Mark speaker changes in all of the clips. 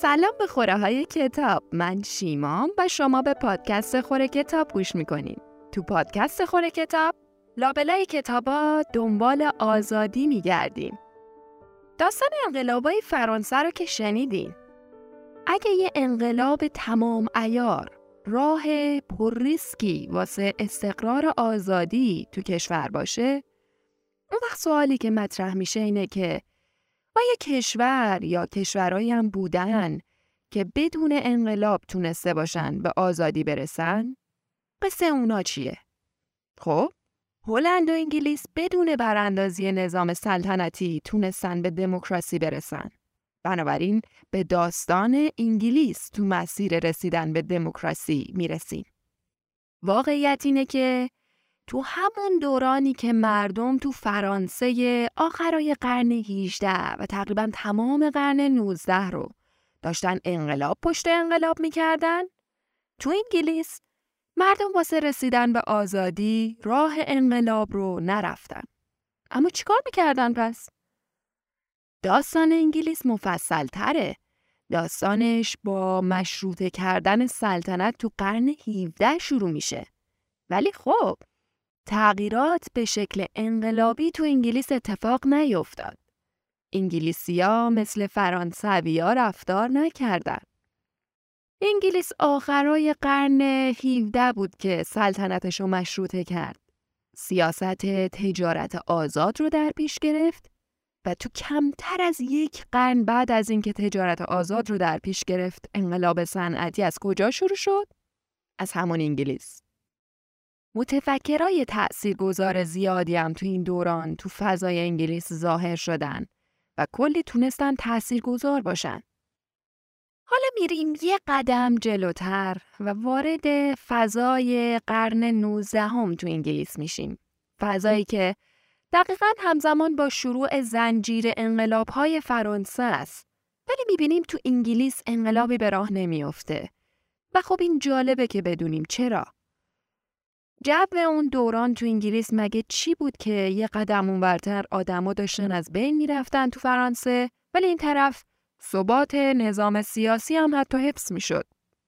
Speaker 1: سلام به خوره های کتاب. من شیمام و شما به پادکست خوره کتاب گوش میکنین. تو پادکست خوره کتاب لابلای کتابا دنبال آزادی میگردیم. داستان انقلابای فرانسه رو که شنیدین. اگه یه انقلاب تمام عیار راه پر ریسکی واسه استقرار آزادی تو کشور باشه، اون وقت سوالی که مطرح میشه اینه که آیا کشور یا کشورهایی هم بودن که بدون انقلاب تونسته باشن به آزادی برسن؟ قصه اونا چیه؟ خب، هلند و انگلیس بدون براندازی نظام سلطنتی تونستن به دموکراسی برسن. بنابراین به داستان انگلیس تو مسیر رسیدن به دموکراسی میرسیم. واقعیت اینه که تو همون دورانی که مردم تو فرانسه آخرای قرن 18 و تقریبا تمام قرن 19 رو داشتن انقلاب پشت انقلاب میکردن، تو انگلیس مردم واسه رسیدن به آزادی راه انقلاب رو نرفتن. اما چیکار میکردن پس؟ داستان انگلیس مفصل تره. داستانش با مشروطه کردن سلطنت تو قرن 17 شروع میشه. ولی خب تغییرات به شکل انقلابی تو انگلیس اتفاق نیفتاد. انگلیسی‌ها مثل فرانسوی‌ها رفتار نکردن. انگلیس آخرای قرن 17 بود که سلطنتش رو مشروطه کرد. سیاست تجارت آزاد رو در پیش گرفت و تو کمتر از یک قرن بعد از اینکه تجارت آزاد رو در پیش گرفت، انقلاب صنعتی از کجا شروع شد؟ از همون انگلیس. متفکرای تأثیرگذار زیادی هم تو این دوران تو فضای انگلیس ظاهر شدن و کلی تونستن تأثیرگذار باشن. حالا میریم یه قدم جلوتر و وارد فضای قرن 19 هم تو انگلیس میشیم. فضایی که دقیقاً همزمان با شروع زنجیر انقلاب‌های فرانسه است. ولی میبینیم تو انگلیس انقلابی به راه نمیفته. و خب این جالبه که بدونیم چرا. جو اون دوران تو انگلیس مگه چی بود که یه قدم اونورتر آدما داشتن از بین میرفتن تو فرانسه، ولی این طرف ثبات نظام سیاسی هم حتی حفظ میشد.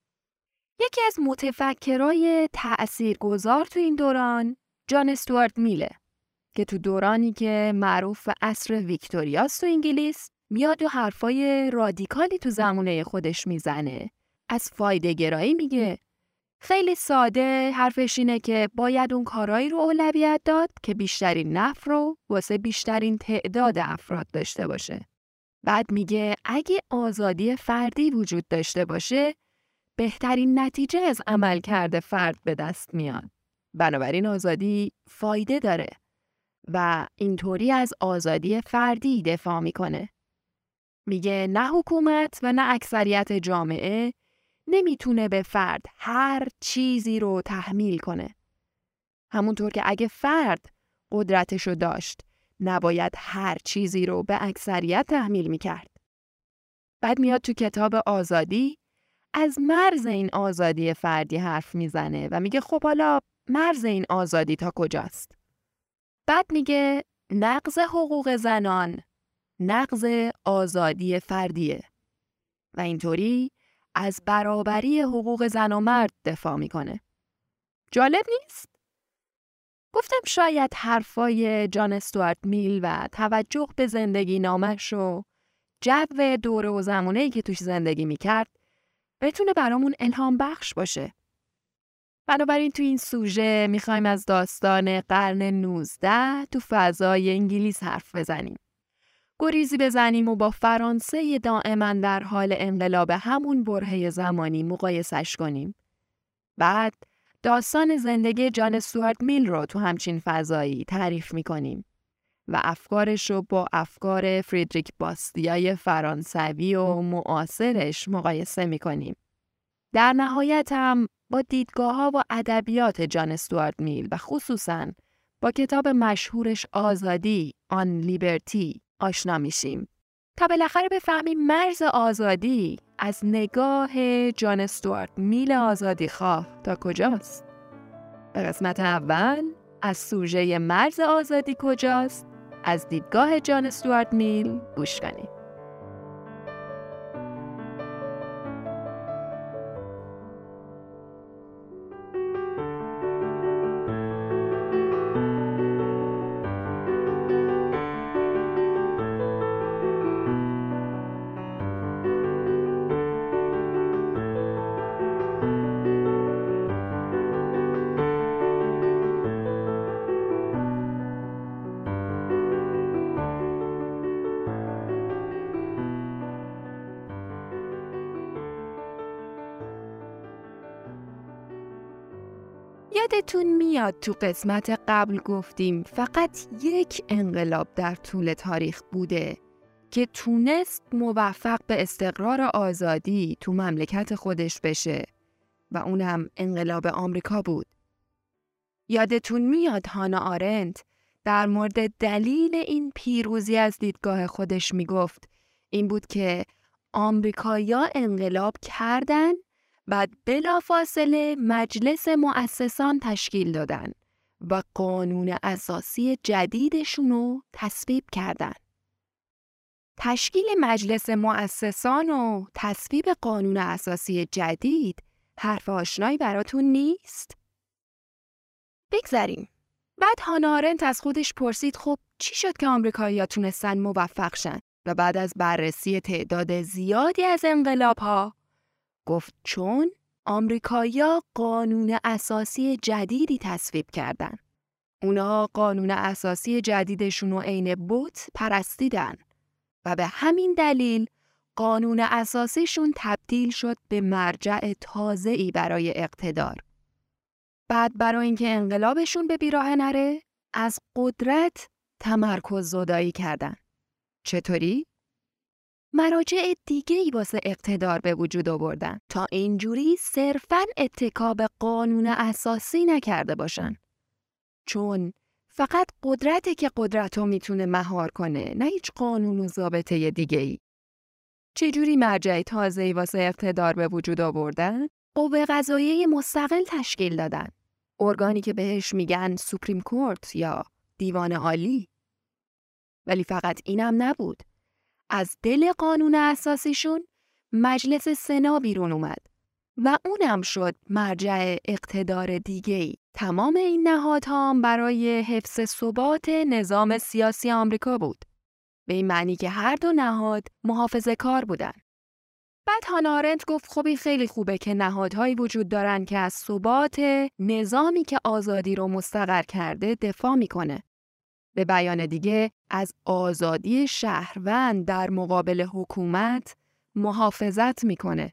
Speaker 1: یکی از متفکرای تأثیرگذار تو این دوران جان استوارت میله که تو دورانی که معروف به عصر ویکتوریاست تو انگلیس میاد و حرفای رادیکالی تو زمانه خودش میزنه. از فایده‌گرایی میگه. خیلی ساده حرفش اینه که باید اون کارایی رو اولویت داد که بیشترین نفع رو واسه بیشترین تعداد افراد داشته باشه. بعد میگه اگه آزادی فردی وجود داشته باشه، بهترین نتیجه از عملکرد فرد به دست میاد. بنابراین آزادی فایده داره و اینطوری از آزادی فردی دفاع میکنه. میگه نه حکومت و نه اکثریت جامعه نمیتونه به فرد هر چیزی رو تحمیل کنه. همونطور که اگه فرد قدرتشو داشت، نباید هر چیزی رو به اکثریت تحمیل میکرد. بعد میاد تو کتاب آزادی از مرز این آزادی فردی حرف میزنه و میگه خب حالا مرز این آزادی تا کجاست؟ بعد میگه نقض حقوق زنان نقض آزادی فردیه و اینطوری از برابری حقوق زن و مرد دفاع میکنه. جالب نیست؟ گفتم شاید حرفای جان استوارت میل و توجه به زندگی نامش و جو دوره و زمانه‌ای که توش زندگی میکرد بتونه برامون الهام بخش باشه. بنابراین تو این سوژه میخوایم از داستان قرن 19 تو فضای انگلیس حرف بزنیم. گریزی بزنیم و با فرانسه دائما در حال انقلاب همون برهه زمانی مقایسش کنیم. بعد داستان زندگی جان استوارت میل رو تو همچین فضایی تعریف میکنیم و افکارش رو با افکار فریدریک باستیای فرانسوی و معاصرش مقایسه میکنیم. در نهایت هم با دیدگاه‌ها و ادبیات جان استوارت میل و خصوصاً با کتاب مشهورش آزادی آن لیبرتی آشنا میشیم تا بالاخره بفهمیم مرز آزادی از نگاه جان استوارت میل آزادی خواه تا کجاست. به قسمت اول از سوژه مرز آزادی کجاست از دیدگاه جان استوارت میل گوش کنیم. یادتون میاد تو قسمت قبل گفتیم فقط یک انقلاب در طول تاریخ بوده که تونست موفق به استقرار آزادی تو مملکت خودش بشه و اونم انقلاب آمریکا بود. یادتون میاد هانا آرنت در مورد دلیل این پیروزی از دیدگاه خودش میگفت این بود که آمریکایی‌ها انقلاب کردن، بعد بلافاصله مجلس مؤسسان تشکیل دادن و قانون اساسی جدیدشون رو تصویب کردن. تشکیل مجلس مؤسسان و تصویب قانون اساسی جدید حرف آشنایی براتون نیست؟ بگذریم. بعد هانا آرنت از خودش پرسید خب چی شد که آمریکایی‌ها تونستن موفق شن؟ و بعد از بررسی تعداد زیادی از انقلاب‌ها گفت چون آمریکایی‌ها قانون اساسی جدیدی تصویب کردن. اونا قانون اساسی جدیدشون رو عین بت پرستیدن و به همین دلیل قانون اساسیشون تبدیل شد به مرجع تازه‌ای برای اقتدار. بعد برای اینکه انقلابشون به بیراه نره از قدرت تمرکز زدایی کردن. چطوری؟ مراجع دیگه‌ای واسه اقتدار به وجود آوردن تا اینجوری صرفاً اتکا به قانون اساسی نکرده باشن. چون فقط قدرته که قدرتو میتونه مهار کنه، نه هیچ قانون و ضابطه دیگه‌ای. چجوری مرجع تازه‌ای واسه اقتدار به وجود آوردن؟ قوه قضاییه مستقل تشکیل دادن. ارگانی که بهش میگن سوپریم کورت یا دیوان عالی. ولی فقط اینم نبود. از دل قانون اساسیشون مجلس سنا بیرون اومد و اونم شد مرجع اقتدار دیگه‌ای. تمام این نهادها هم برای حفظ ثبات نظام سیاسی آمریکا بود. به این معنی که هر دو نهاد محافظه‌کار بودن. بعد هانا آرنت گفت خب این خیلی خوبه که نهادهایی وجود دارن که از ثبات نظامی که آزادی رو مستقر کرده دفاع میکنه. به بیان دیگه از آزادی شهروند در مقابل حکومت محافظت میکنه.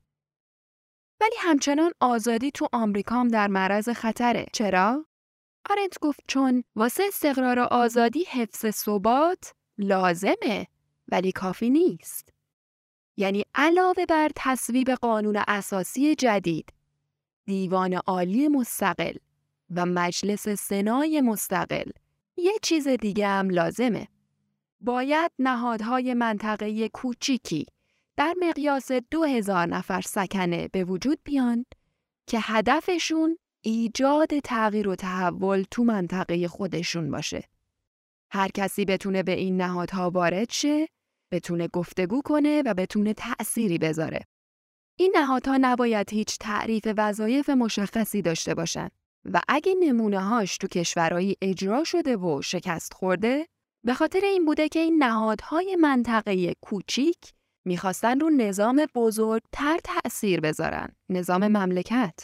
Speaker 1: ولی همچنان آزادی تو آمریکا هم در معرض خطره. چرا؟ آرنت گفت چون واسه استقرار آزادی حفظ ثبات لازمه ولی کافی نیست. یعنی علاوه بر تصویب قانون اساسی جدید، دیوان عالی مستقل و مجلس سنای مستقل، یه چیز دیگه هم لازمه. باید نهادهای منطقه‌ای کوچیکی در مقیاس 2000 نفر سکنه به وجود بیان که هدفشون ایجاد تغییر و تحول تو منطقه خودشون باشه. هر کسی بتونه به این نهادها وارد شه، بتونه گفتگو کنه و بتونه تأثیری بذاره. این نهادها نباید هیچ تعریف وظایف مشخصی داشته باشن و اگه نمونه‌هاش تو کشورهایی اجرا شده و شکست خورده، به خاطر این بوده که این نهادهای منطقه‌ای کوچیک میخواستن رو نظام بزرگتر تأثیر بذارن، نظام مملکت.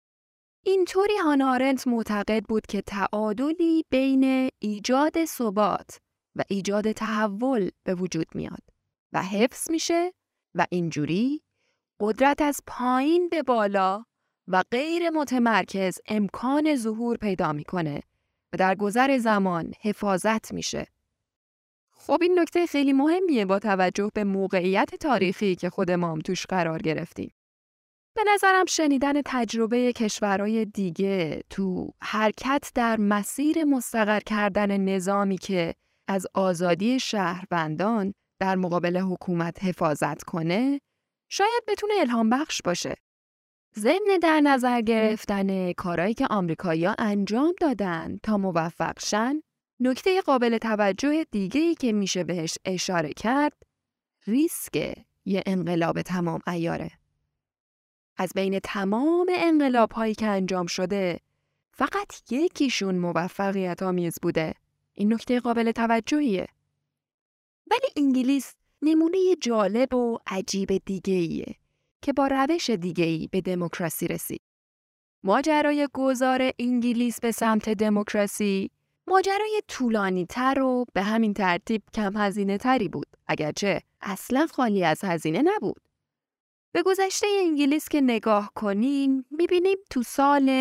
Speaker 1: اینطوری هانا آرنت معتقد بود که تعادلی بین ایجاد ثبات و ایجاد تحول به وجود میاد و حفظ میشه و اینجوری قدرت از پایین به بالا و غیر متمرکز امکان ظهور پیدا میکنه و در گذر زمان حفاظت میشه. خب این نکته خیلی مهمیه با توجه به موقعیت تاریخی که خود ما هم توش قرار گرفتیم. به نظرم شنیدن تجربه کشورهای دیگه تو حرکت در مسیر مستقر کردن نظامی که از آزادی شهروندان در مقابل حکومت حفاظت کنه شاید بتونه الهام بخش باشه. ضمن در نظر گرفتن کارهایی که آمریکایی‌ها انجام دادن تا موفق شن، نکته قابل توجه دیگه‌ای که میشه بهش اشاره کرد ریسک یه انقلاب تمام عیاره. از بین تمام انقلاب‌هایی که انجام شده فقط یکیشون موفقیت آمیز بوده. این نکته قابل توجهیه. ولی انگلیس نمونه جالب و عجیب دیگه‌ایه که با روش دیگه‌ای به دموکراسی رسید. ماجرای گذار انگلیس به سمت دموکراسی ماجرای طولانی تر و به همین ترتیب کم هزینه تری بود، اگرچه اصلا خالی از هزینه نبود. به گذشته انگلیس که نگاه کنیم میبینیم تو سال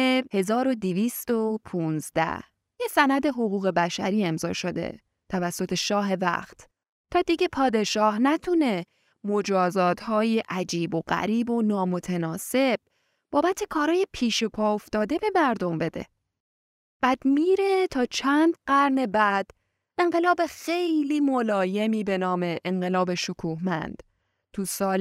Speaker 1: 1215 یه سند حقوق بشری امضا شده توسط شاه وقت تا دیگه پادشاه نتونه مجازات‌های عجیب و غریب و نامتناسب بابت کارهای پیش پا افتاده به مردم بده. بعد میره تا چند قرن بعد انقلاب خیلی ملایمی به نام انقلاب شکوهمند تو سال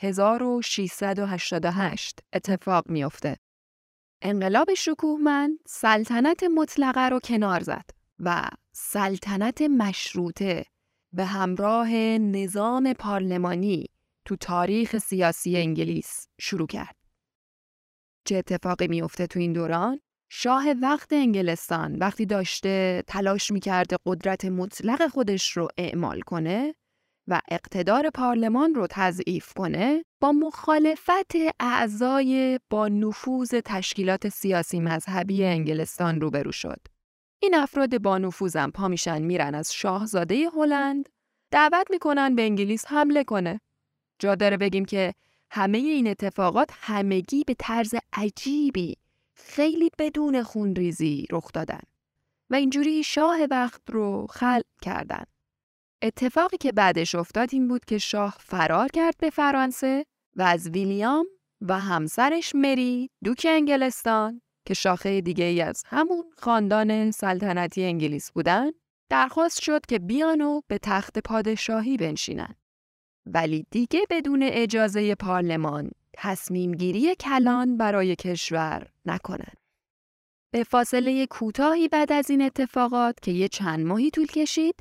Speaker 1: 1688 اتفاق میفته. انقلاب شکوهمند سلطنت مطلقه رو کنار زد و سلطنت مشروطه به همراه نظام پارلمانی تو تاریخ سیاسی انگلیس شروع کرد. چه اتفاقی میفته تو این دوران؟ شاه وقت انگلستان وقتی داشته تلاش میکرده قدرت مطلق خودش رو اعمال کنه و اقتدار پارلمان رو تضعیف کنه، با مخالفت اعضای با نفوذ تشکیلات سیاسی مذهبی انگلستان روبرو شد. این افراد با نفوذم پا میشن میرن از شاهزاده هلند دعوت میکنن به انگلیس حمله کنه. جا داره بگیم که همه این اتفاقات همگی به طرز عجیبی خیلی بدون خونریزی رخ دادن و اینجوری شاه وقت رو خلع کردن. اتفاقی که بعدش افتاد این بود که شاه فرار کرد به فرانسه و از ویلیام و همسرش مری دوک انگلستان که شاخه دیگه ای از همون خاندان سلطنتی انگلیس بودن درخواست شد که بیان و به تخت پادشاهی بنشینن. ولی دیگه بدون اجازه پارلمان تصمیم گیری کلان برای کشور نکنن. به فاصله کوتاهی بعد از این اتفاقات که یه چند ماهی طول کشید،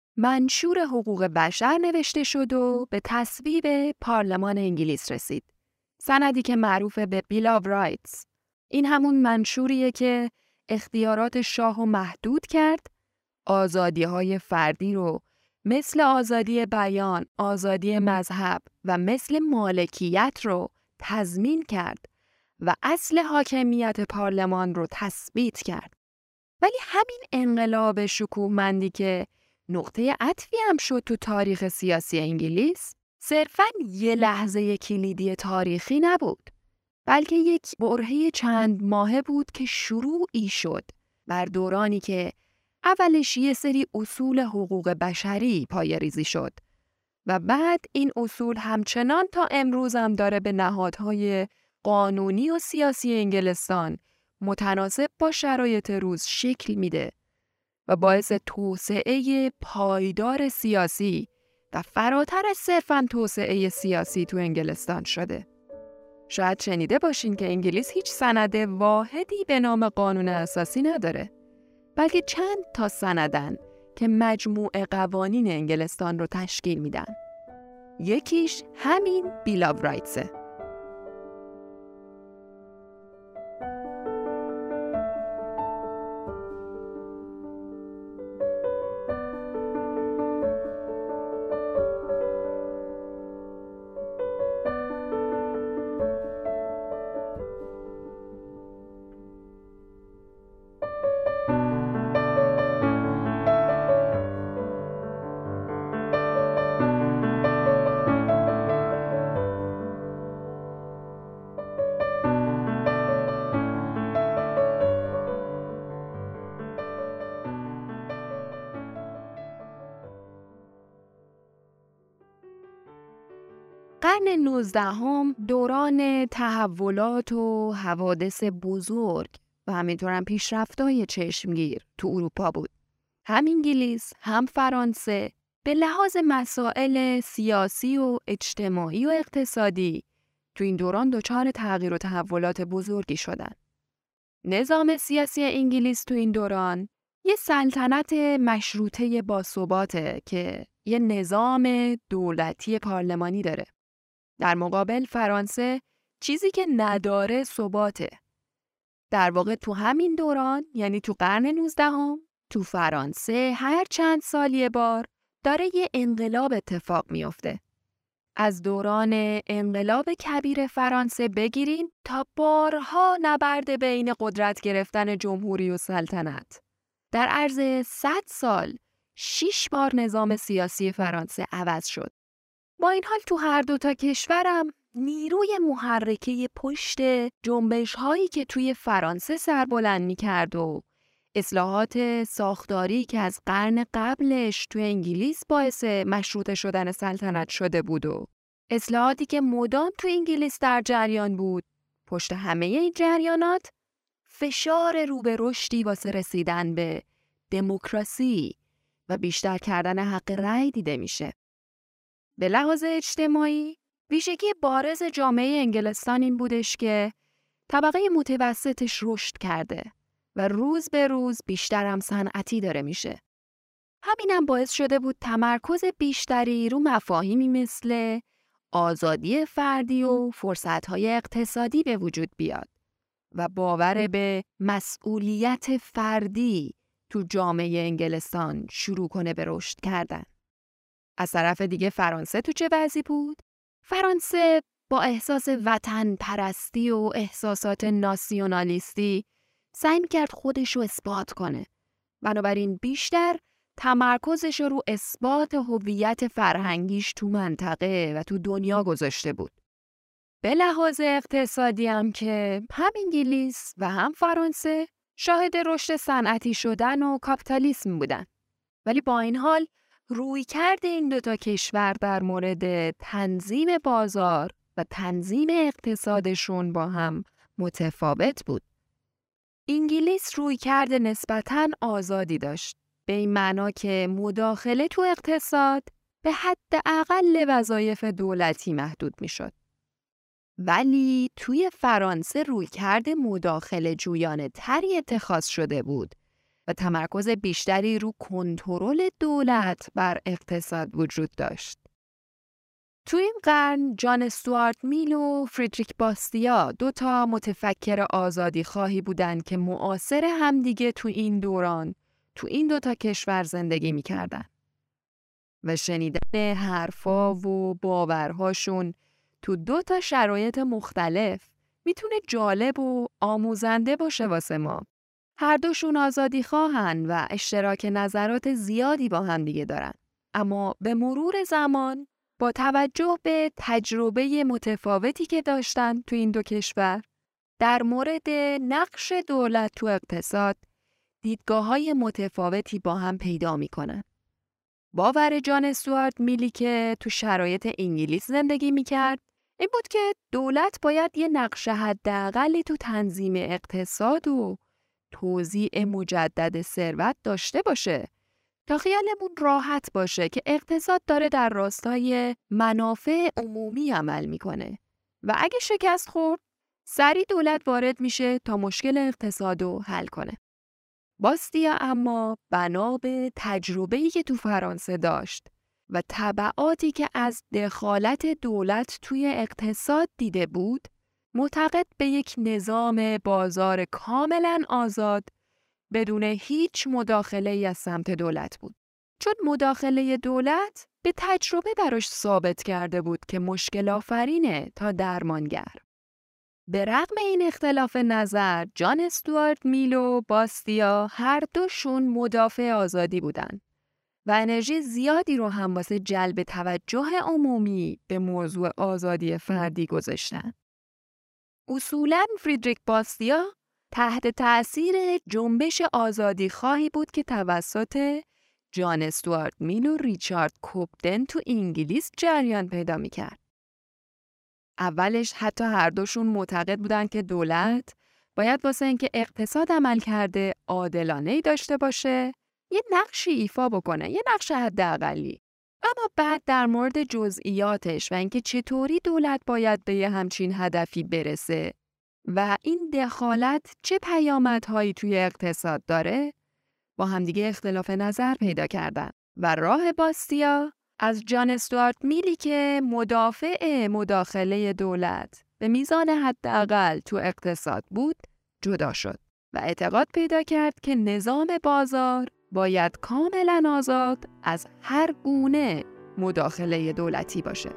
Speaker 1: منشور حقوق بشر نوشته شد و به تصویب پارلمان انگلیس رسید. سندی که معروف به بیل آف رایتس. این همون منشوریه که اختیارات شاه رو محدود کرد، آزادی‌های فردی رو مثل آزادی بیان، آزادی مذهب و مثل مالکیت رو تضمین کرد و اصل حاکمیت پارلمان رو تثبیت کرد. ولی همین انقلاب شکوهمندی که نقطه عطفی هم شد تو تاریخ سیاسی انگلیس، صرفاً یه لحظه کلیدی تاریخی نبود، بلکه یک برهه چند ماهه بود که شروعی شد بر دورانی که اولش یه سری اصول حقوق بشری پایه‌ریزی شد و بعد این اصول همچنان تا امروز هم داره به نهادهای قانونی و سیاسی انگلستان متناسب با شرایط روز شکل میده و باعث توسعه پایدار سیاسی و فراتر از صرفاً توسعه سیاسی تو انگلستان شده. شاید شنیده باشین که انگلیس هیچ سند واحدی به نام قانون اساسی نداره، بلکه چند تا سندن که مجموع قوانین انگلستان رو تشکیل میدن. یکیش همین بیل آف رایتسه. قرن 19 دوران تحولات و حوادث بزرگ و همینطور هم پیشرفت‌های چشمگیر تو اروپا بود. هم انگلیس هم فرانسه به لحاظ مسائل سیاسی و اجتماعی و اقتصادی تو این دوران دچار تغییر و تحولات بزرگی شدن. نظام سیاسی انگلیس تو این دوران یه سلطنت مشروطه باثباته که یه نظام دولتی پارلمانی داره. در مقابل فرانسه چیزی که نداره ثباته. در واقع تو همین دوران، یعنی تو قرن 19 تو فرانسه هر چند سال یه بار داره یه انقلاب اتفاق میفته. از دوران انقلاب کبیر فرانسه بگیرین تا بارها نبرد بین قدرت گرفتن جمهوری و سلطنت. در عرض 100 سال 6 بار نظام سیاسی فرانسه عوض شد. با این حال تو هر دوتا کشورم نیروی محرکه پشت جنبش هایی که توی فرانسه سربلند می‌کرد و اصلاحات ساختاری که از قرن قبلش توی انگلیس باعث مشروطه شدن سلطنت شده بود و اصلاحاتی که مدام توی انگلیس در جریان بود، پشت همه این جریانات فشار رو به رشدی واسه رسیدن به دموکراسی و بیشتر کردن حق رأی دیده میشه. به لحاظ اجتماعی، ویژگی بارز جامعه انگلستان این بودش که طبقه متوسطش رشد کرده و روز به روز بیشتر هم صنعتی داره میشه. همینم باعث شده بود تمرکز بیشتری رو مفاهیمی مثل آزادی فردی و فرصت‌های اقتصادی به وجود بیاد و باور به مسئولیت فردی تو جامعه انگلستان شروع کنه به رشد کردن. از طرف دیگه فرانسه تو چه وضعی بود؟ فرانسه با احساس وطن پرستی و احساسات ناسیونالیستی سعی می‌کرد خودش رو اثبات کنه. بنابراین بیشتر تمرکزش رو اثبات هویت فرهنگیش تو منطقه و تو دنیا گذاشته بود. به لحاظ اقتصادی هم که هم انگلیس و هم فرانسه شاهد رشد صنعتی شدن و کاپیتالیسم بودن. ولی با این حال رویکرد این دوتا کشور در مورد تنظیم بازار و تنظیم اقتصادشون با هم متفاوت بود. انگلیس رویکرد نسبتاً آزادی داشت، به این معنا که مداخله تو اقتصاد به حداقل وظایف دولتی محدود میشد. ولی توی فرانسه رویکرد مداخله جویانه تری اتخاذ شده بود و تمرکز بیشتری رو کنترل دولت بر اقتصاد وجود داشت. تو این قرن جان استوارت میل و فریدریک باستیا دوتا متفکر آزادی خواهی بودن که معاصر همدیگه تو این دوران تو این دوتا کشور زندگی میکردن و شنیدن حرفا و باورهاشون تو دوتا شرایط مختلف میتونه جالب و آموزنده باشه واسه ما. هر دوشون آزادی خواهن و اشتراک نظرات زیادی با هم دیگه دارن. اما به مرور زمان با توجه به تجربه متفاوتی که داشتن تو این دو کشور در مورد نقش دولت تو اقتصاد دیدگاه‌های متفاوتی با هم پیدا می‌کنن. باور جان استوارت میلی که تو شرایط انگلیس زندگی می‌کرد این بود که دولت باید یه نقش حداقلی تو تنظیم اقتصاد و توزیع مجدد ثروت داشته باشه تا خیالمون راحت باشه که اقتصاد داره در راستای منافع عمومی عمل میکنه و اگه شکست خورد سریع دولت وارد میشه تا مشکل اقتصاد رو حل کنه. باستیا اما بنا به تجربه‌ای که تو فرانسه داشت و تبعاتی که از دخالت دولت توی اقتصاد دیده بود معتقد به یک نظام بازار کاملاً آزاد بدون هیچ مداخله‌ای از سمت دولت بود. چون مداخله دولت به تجربه براش ثابت کرده بود که مشکل آفرینه تا درمانگر. به رغم این اختلاف نظر، جان استوارت میل و باستیا هر دوشون مدافع آزادی بودن و انرژی زیادی رو هم واسه جلب توجه عمومی به موضوع آزادی فردی گذاشتن. اصولاً فریدریک باستیا تحت تأثیر جنبش آزادی خواهی بود که توسط جان استوارت میل و ریچارد کوبدن تو انگلیس جریان پیدا می‌کرد. اولش حتی هر دوشون معتقد بودن که دولت باید واسه اینکه اقتصاد عمل کرده عادلانه‌ای داشته باشه، یه نقشی ایفا بکنه، یه نقش حداقلی. اما بعد در مورد جزئیاتش و اینکه چطوری دولت باید به یه همچین هدفی برسه و این دخالت چه پیامدهایی توی اقتصاد داره، با همدیگه اختلاف نظر پیدا کردن و راه باستیا از جان استوارت میلی که مدافع مداخله دولت به میزان حداقل تو اقتصاد بود جدا شد و اعتقاد پیدا کرد که نظام بازار باید کاملا آزاد از هر گونه مداخله دولتی باشه.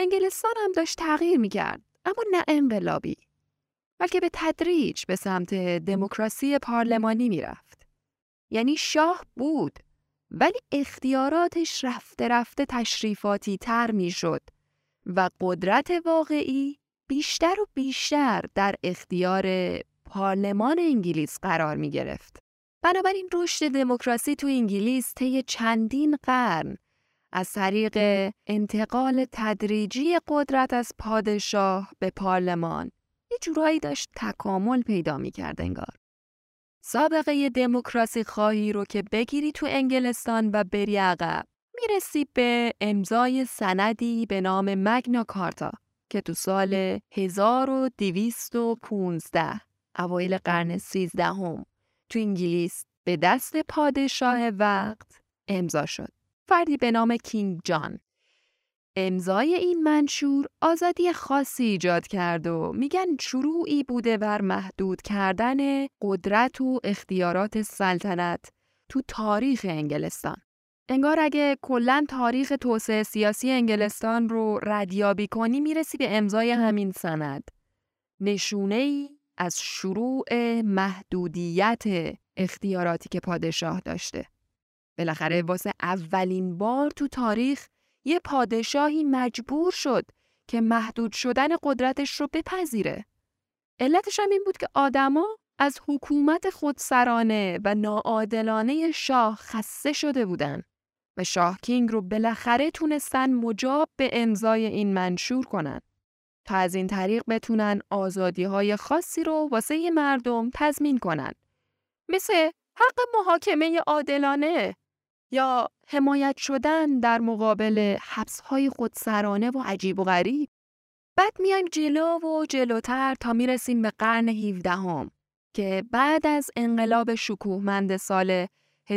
Speaker 1: انگلستان هم داشت تغییر می‌کرد، اما نه انقلابی، بلکه به تدریج به سمت دموکراسی پارلمانی می‌رفت. یعنی شاه بود، ولی اختیاراتش رفته رفته تشریفاتی تر می‌شد و قدرت واقعی بیشتر و بیشتر در اختیار پارلمان انگلیس قرار می‌گرفت. بنابراین رشد دموکراسی تو انگلیس طی چندین قرن از طریق انتقال تدریجی قدرت از پادشاه به پارلمان یه جورایی داشت تکامل پیدا می‌کرد انگار. سابقه دموکراسی خواهی رو که بگیری تو انگلستان و بری عقب، میرسی به امضای سندی به نام مگنا کارتا که تو سال 1215 اوایل قرن 13 تو انگلیس به دست پادشاه وقت امضا شد. فردی به نام کینگ جان. امضای این منشور آزادی خاصی ایجاد کرد و میگن شروعی بوده بر محدود کردن قدرت و اختیارات سلطنت تو تاریخ انگلستان. انگار اگه کلاً تاریخ توسعه سیاسی انگلستان رو ردیابی کنی میرسی به امضای همین سند. نشونه‌ای از شروع محدودیت اختیاراتی که پادشاه داشته. بالاخره واسه اولین بار تو تاریخ یه پادشاهی مجبور شد که محدود شدن قدرتش رو بپذیره. علتش هم این بود که آدما از حکومت خودسرانه و ناعادلانه شاه خسته شده بودن و شاه کینگ رو بالاخره تونستن مجاب به امضای این منشور کنن تا از این طریق بتونن آزادی‌های خاصی رو واسه مردم تضمین کنن، مثل حق محاکمه عادلانه یا حمایت شدن در مقابل حبس‌های خودسرانه و عجیب و غریب. بعد میایم جلو و جلوتر تا میرسیم به قرن 17 که بعد از انقلاب شکوهمند سال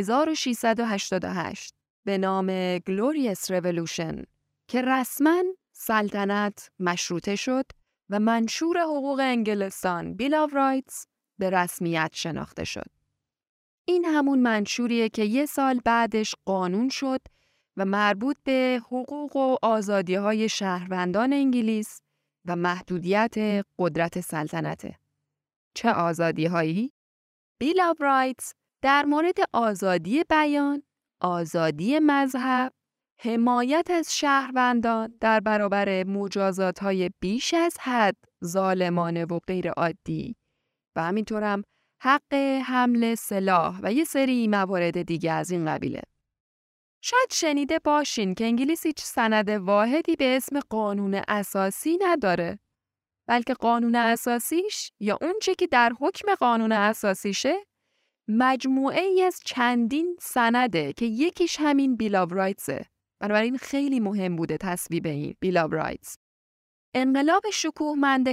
Speaker 1: 1688 به نام Glorious Revolution که رسماً سلطنت مشروطه شد و منشور حقوق انگلستان Bill of Rights به رسمیت شناخته شد. این همون منشوریه که یه سال بعدش قانون شد و مربوط به حقوق و آزادی‌های شهروندان انگلیس و محدودیت قدرت سلطنته. چه آزادی‌هایی؟ بیل آف رایتس در مورد آزادی بیان، آزادی مذهب، حمایت از شهروندان در برابر مجازات‌های بیش از حد ظالمانه و غیر عادی و همینطورم حق حمل سلاح و یه سری موارد دیگه از این قبیله. شاید شنیده باشین که انگلیس هیچ سند واحدی به اسم قانون اساسی نداره، بلکه قانون اساسیش یا اون چه که در حکم قانون اساسیشه مجموعه ای از چندین سنده که یکیش همین بیل آف رایتسه. بنابراین خیلی مهم بوده تصویب این بیل آف رایتس. انقلاب شکوهمند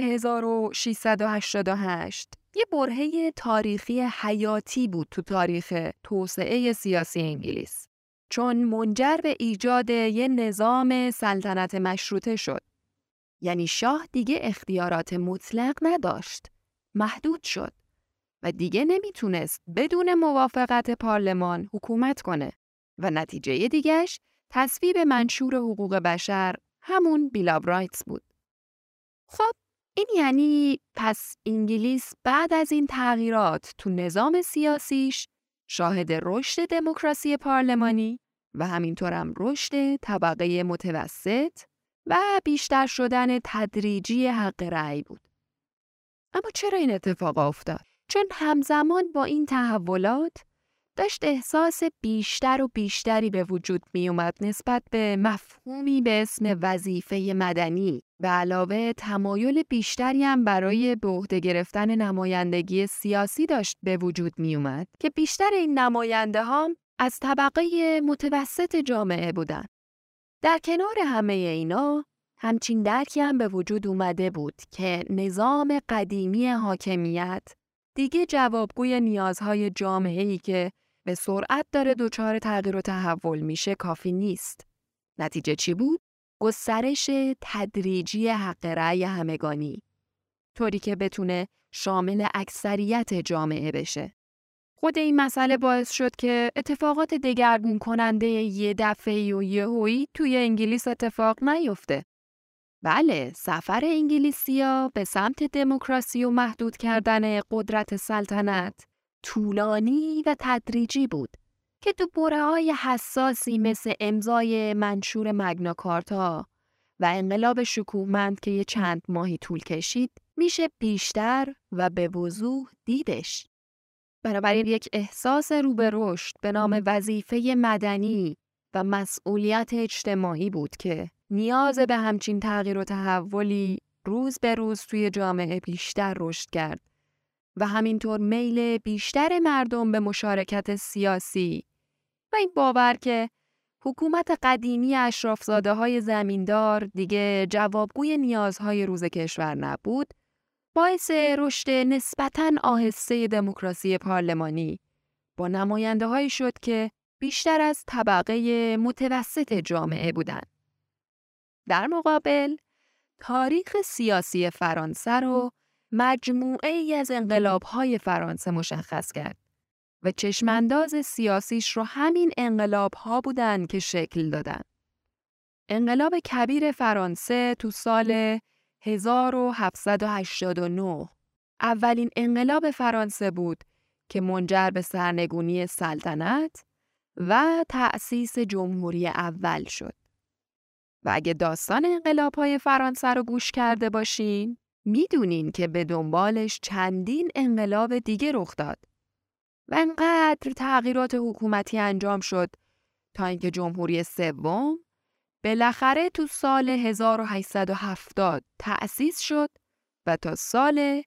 Speaker 1: 1688 یه برهه تاریخی حیاتی بود تو تاریخ توسعه سیاسی انگلیس، چون منجر به ایجاد یه نظام سلطنت مشروطه شد. یعنی شاه دیگه اختیارات مطلق نداشت، محدود شد و دیگه نمیتونست بدون موافقت پارلمان حکومت کنه و نتیجه دیگهش تصویب منشور حقوق بشر، همون بیل آف رایتس بود. خب این یعنی پس انگلیس بعد از این تغییرات تو نظام سیاسیش شاهد رشد دموکراسی پارلمانی و همینطورم رشد طبقه متوسط و بیشتر شدن تدریجی حق رأی بود. اما چرا این اتفاق افتاد؟ چون همزمان با این تحولات داشت احساس بیشتر و بیشتری به وجود می اومد نسبت به مفهومی به اسم وظیفه مدنی و علاوه تمایل بیشتری هم برای به عهده گرفتن نمایندگی سیاسی داشت به وجود می اومد که بیشتر این نماینده ها از طبقه متوسط جامعه بودن. در کنار همه اینا همچین درکی هم به وجود اومده بود که نظام قدیمی حاکمیت دیگه جوابگوی نیازهای جامعه‌ای که به سرعت داره دچار تغییر و تحول میشه کافی نیست. نتیجه چی بود؟ گسترش تدریجی حق رأی همگانی، طوری که بتونه شامل اکثریت جامعه بشه. خود این مسئله باعث شد که اتفاقات دگرگون کننده یه دفعه‌ای و یهویی توی انگلیس اتفاق نیفته. بله، سفر انگلیسی‌ها به سمت دموکراسی و محدود کردن قدرت سلطنت طولانی و تدریجی بود که تو برهه‌های حساسی مثل امضای منشور مگنا کارتا و انقلاب شکوهمند که یه چند ماهی طول کشید میشه بیشتر و به وضوح دیدش. بنابراین یک احساس رو به رشد به نام وظیفه مدنی و مسئولیت اجتماعی بود که نیاز به همچین تغییر و تحولی روز به روز توی جامعه بیشتر رشد کرد و همینطور میل بیشتر مردم به مشارکت سیاسی و این باور که حکومت قدیمی اشرافزاده‌های زمیندار دیگه جوابگوی نیازهای روز کشور نبود، باعث رشد نسبتاً آهسته دموکراسی پارلمانی با نماینده‌هایی شد که بیشتر از طبقه متوسط جامعه بودند. در مقابل، تاریخ سیاسی فرانسه رو مجموعه‌ای از انقلاب‌های فرانسه مشخص کرد و چشمانداز سیاسیش رو همین انقلاب‌ها بودن که شکل دادن. انقلاب کبیر فرانسه تو سال 1789 اولین انقلاب فرانسه بود که منجر به سرنگونی سلطنت و تأسیس جمهوری اول شد. و اگه داستان انقلاب‌های فرانسه رو گوش کرده باشین، میدونین که به دنبالش چندین انقلاب دیگه رخ داد. و انقدر تغییرات حکومتی انجام شد تا اینکه جمهوری سوم بالاخره تو سال 1870 تأسیس شد و تا سال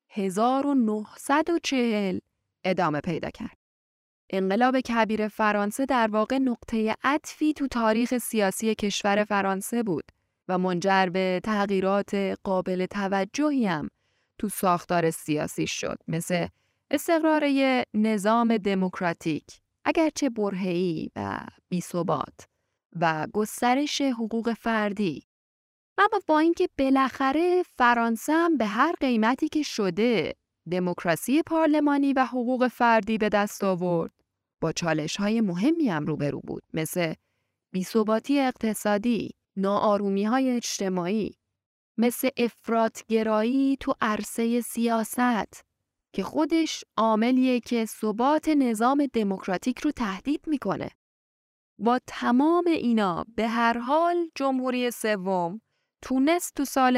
Speaker 1: 1940 ادامه پیدا کرد. انقلاب کبیر فرانسه در واقع نقطه عطفی تو تاریخ سیاسی کشور فرانسه بود و منجر به تغییرات قابل توجهی هم تو ساختار سیاسی شد، مثل استقرار نظام دموکراتیک اگرچه برهه‌ای و بی‌ثبات و گسترش حقوق فردی. اما با اینکه بالاخره فرانسه هم به هر قیمتی که شده دموکراسی پارلمانی و حقوق فردی به دست آورد، با چالش‌های مهمی هم روبرو بود، مثل بی‌ثباتی اقتصادی، ناآرومی‌های اجتماعی، مثل افراط‌گرایی تو عرصه سیاست که خودش عاملیه که ثبات نظام دموکراتیک رو تهدید میکنه. با تمام اینا به هر حال جمهوری سوم تونست تو سال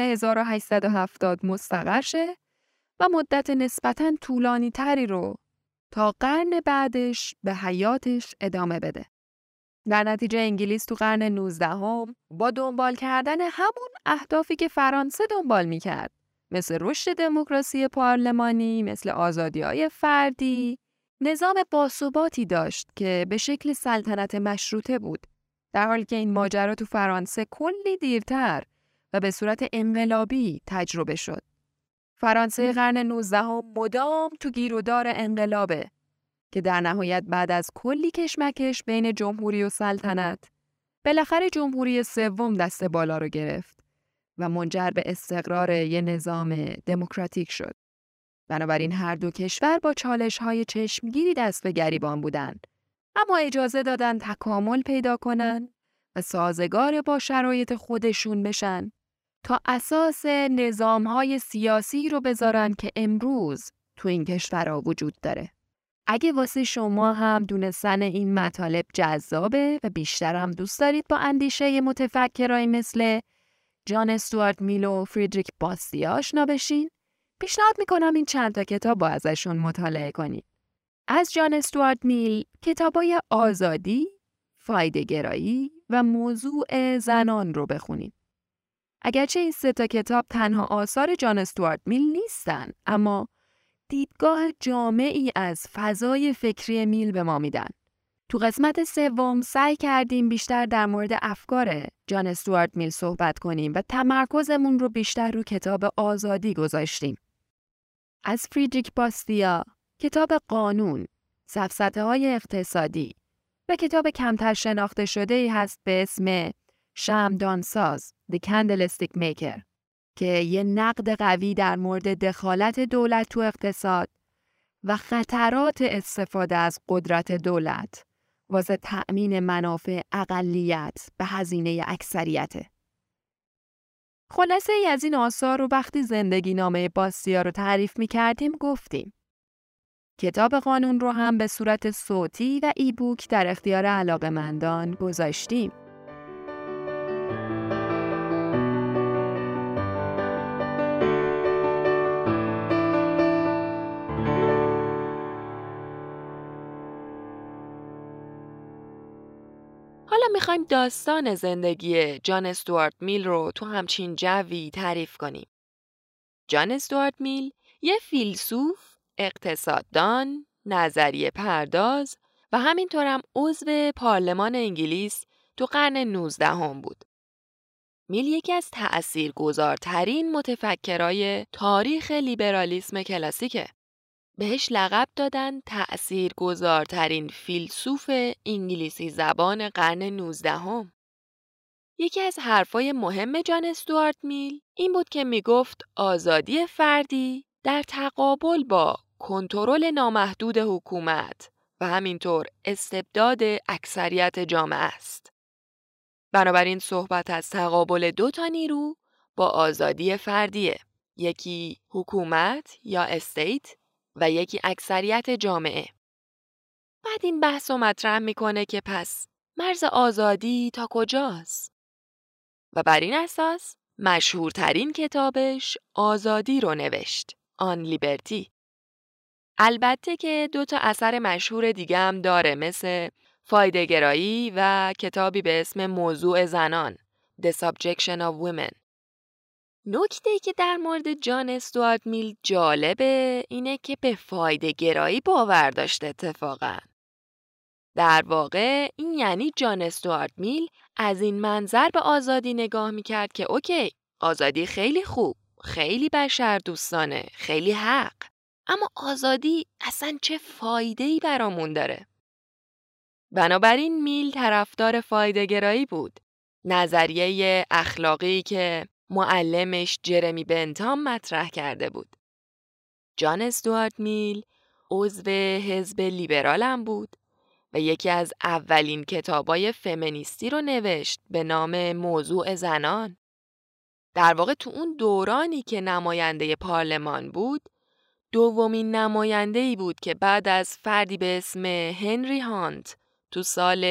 Speaker 1: 1870 مستقر شه و مدت نسبتاً طولانی تری رو تا قرن بعدش به حیاتش ادامه بده. در نتیجه انگلیس تو قرن 19 با دنبال کردن همون اهدافی که فرانسه دنبال میکرد، مثل رشد دموکراسی پارلمانی، مثل آزادی‌های فردی، نظام باثباتی داشت که به شکل سلطنت مشروطه بود، در حالی که این ماجرا تو فرانسه کلی دیرتر و به صورت انقلابی تجربه شد. فرانسه قرن 19 مدام تو گیرودار انقلابه که در نهایت بعد از کلی کشمکش بین جمهوری و سلطنت بالاخره جمهوری سوم دست بالا رو گرفت و منجر به استقرار یه نظام دموکراتیک شد. بنابراین هر دو کشور با چالش‌های چشمگیری دست به گریبان بودن، اما اجازه دادن تکامل پیدا کنن و سازگار با شرایط خودشون بشن تا اساس نظام‌های سیاسی رو بذارن که امروز تو این کشورها وجود داره. اگه واسه شما هم دونستن این مطالب جذابه و بیشتر هم دوست دارید با اندیشه متفکرای مثل جان استوارت میل و فریدریک باستیا آشنا بشین، پیشنهاد میکنم این چند تا کتاب با ازشون مطالعه کنید. از جان استوارت میل کتابای آزادی، فایده‌گرایی و موضوع زنان رو بخونید. اگرچه این 3 تا کتاب تنها آثار جان استوارت میل نیستن، اما دیدگاه جامعی از فضای فکری میل به ما میدن. تو قسمت 3 سعی کردیم بیشتر در مورد افکار جان استوارت میل صحبت کنیم و تمرکزمون رو بیشتر رو کتاب آزادی گذاشتیم. از فریدریک باستیا کتاب قانون، سفسطه‌های اقتصادی و کتاب کمتر شناخته شده‌ای هست به اسم شمعدانساز The Candlestick Maker که یه نقد قوی در مورد دخالت دولت تو اقتصاد و خطرات استفاده از قدرت دولت واسه تأمین منافع اقلیت به هزینه اکثریته. خلاصه ای از این آثار رو وقتی زندگی نامه باستیا رو تعریف می کردیم گفتیم. کتاب قانون رو هم به صورت صوتی و ایبوک در اختیار علاقه‌مندان گذاشتیم. حالا میخوایم داستان زندگی جان استوارت میل رو تو همچین جوی تعریف کنیم. جان استوارت میل یه فیلسوف، اقتصاددان، نظریه پرداز و همینطور هم عضو پارلمان انگلیس تو قرن 19 بود. میل یکی از تأثیرگذارترین متفکرای تاریخ لیبرالیسم کلاسیکه. بهش لقب دادن تأثیرگذارترین فیلسوف انگلیسی زبان قرن 19. یکی از حرفای مهم جان استوارت میل این بود که میگفت آزادی فردی در تقابل با کنترل نامحدود حکومت و همینطور استبداد اکثریت جامعه است. بنابراین صحبت از تقابل دو تا نیرو با آزادی فردیه. یکی حکومت یا استیت و یکی اکثریت جامعه. بعد این بحث رو مطرح میکنه که پس مرز آزادی تا کجاست؟ و بر این اساس مشهورترین کتابش آزادی رو نوشت، آن لیبرتی. البته که 2 اثر مشهور دیگه هم داره مثل فایده‌گرایی و کتابی به اسم موضوع زنان The Subjection of Women. نکته‌ای که در مورد جان استوارت میل جالبه اینه که به فایده‌گرایی باور داشته اتفاقاً. در واقع این یعنی جان استوارت میل از این منظر به آزادی نگاه میکرد که اوکی، آزادی خیلی خوب، خیلی بشردوستانه، خیلی حق، اما آزادی اصلا چه فایده‌ای برامون داره؟ بنابراین میل طرفدار فایده‌گرایی بود. نظریه اخلاقی که معلمش جرمی بنتام مطرح کرده بود. جان استوارت میل عضو حزب لیبرال هم بود و یکی از اولین کتابای فمینیستی رو نوشت به نام موضوع زنان. در واقع تو اون دورانی که نماینده پارلمان بود، دومین نماینده‌ای بود که بعد از فردی به اسم هنری هانت تو سال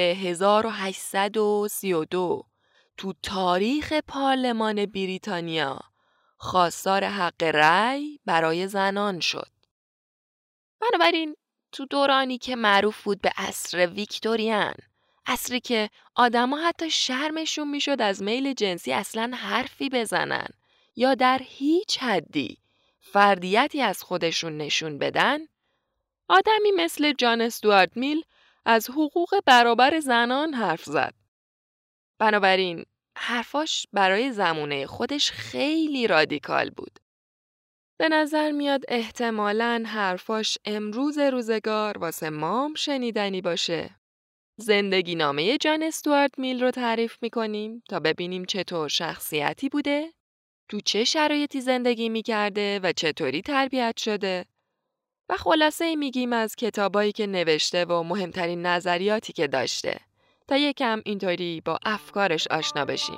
Speaker 1: 1832 تو تاریخ پارلمان بریتانیا خواستار حق رأی برای زنان شد. بنابراین تو دورانی که معروف بود به عصر ویکتوریان، عصری که آدما حتی شرمشون میشد از میل جنسی اصلاً حرفی بزنن یا در هیچ حدی فردیتی از خودشون نشون بدن، آدمی مثل جان استوارت میل از حقوق برابر زنان حرف زد. بنابراین حرفاش برای زمانه خودش خیلی رادیکال بود. به نظر میاد احتمالاً حرفاش امروز روزگار واسه مام شنیدنی باشه. زندگی نامه جان استوارت میل رو تعریف میکنیم تا ببینیم چطور شخصیتی بوده، تو چه شرایطی زندگی میکرده و چطوری تربیت شده و خلاصه میگیم از کتابایی که نوشته و مهمترین نظریاتی که داشته تا یکم اینطوری با افکارش آشنا بشیم.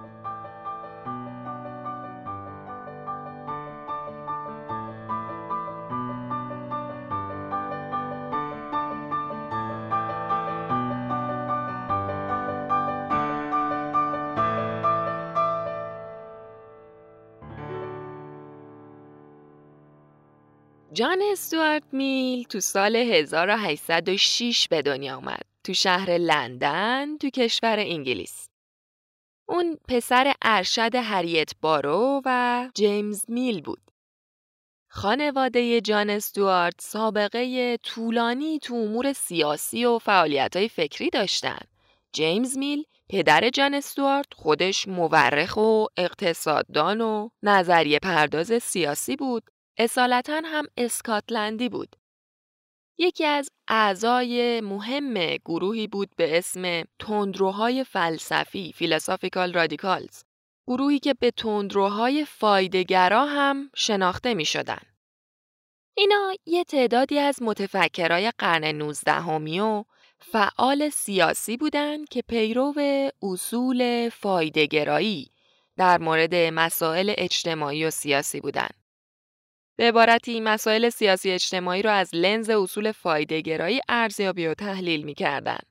Speaker 1: جان استوارت میل تو سال 1806 به دنیا اومد تو شهر لندن تو کشور انگلیس. اون پسر ارشد هریت بارو و جیمز میل بود. خانواده جان استوارت سابقه طولانی تو امور سیاسی و فعالیت‌های فکری داشتن. جیمز میل پدر جان استوارت خودش مورخ و اقتصاددان و نظریه پرداز سیاسی بود. اصالتاً هم اسکاتلندی بود. یکی از اعضای مهم گروهی بود به اسم تندروهای فلسفی Philosophical Radicals، گروهی که به تندروهای فایده‌گرا هم شناخته می شدن. اینا یه تعدادی از متفکرای قرن 19 و فعال سیاسی بودن که پیرو اصول فایده‌گرایی در مورد مسائل اجتماعی و سیاسی بودند. به عبارتی مسائل سیاسی اجتماعی را از لنز اصول فایده‌گرایی ارزیابی و تحلیل می‌کردند.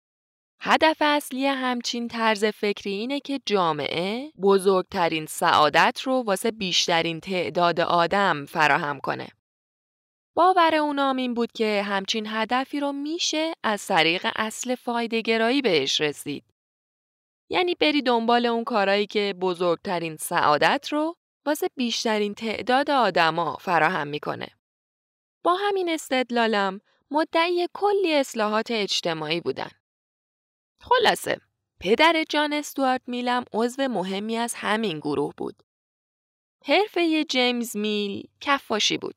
Speaker 1: هدف اصلی همچین طرز فکری اینه که جامعه بزرگترین سعادت رو واسه بیشترین تعداد آدم فراهم کنه. باور اونام این بود که همچین هدفی رو میشه از طریق اصل فایده‌گرایی بهش رسید. یعنی بری دنبال اون کارایی که بزرگترین سعادت رو واسه بیشترین تعداد آدما فراهم میکنه. با همین استدلالم مدعی کلی اصلاحات اجتماعی بودن. خلاصه پدر جان استوارت میلم عضو مهمی از همین گروه بود. حرفه جیمز میل کفاشی بود.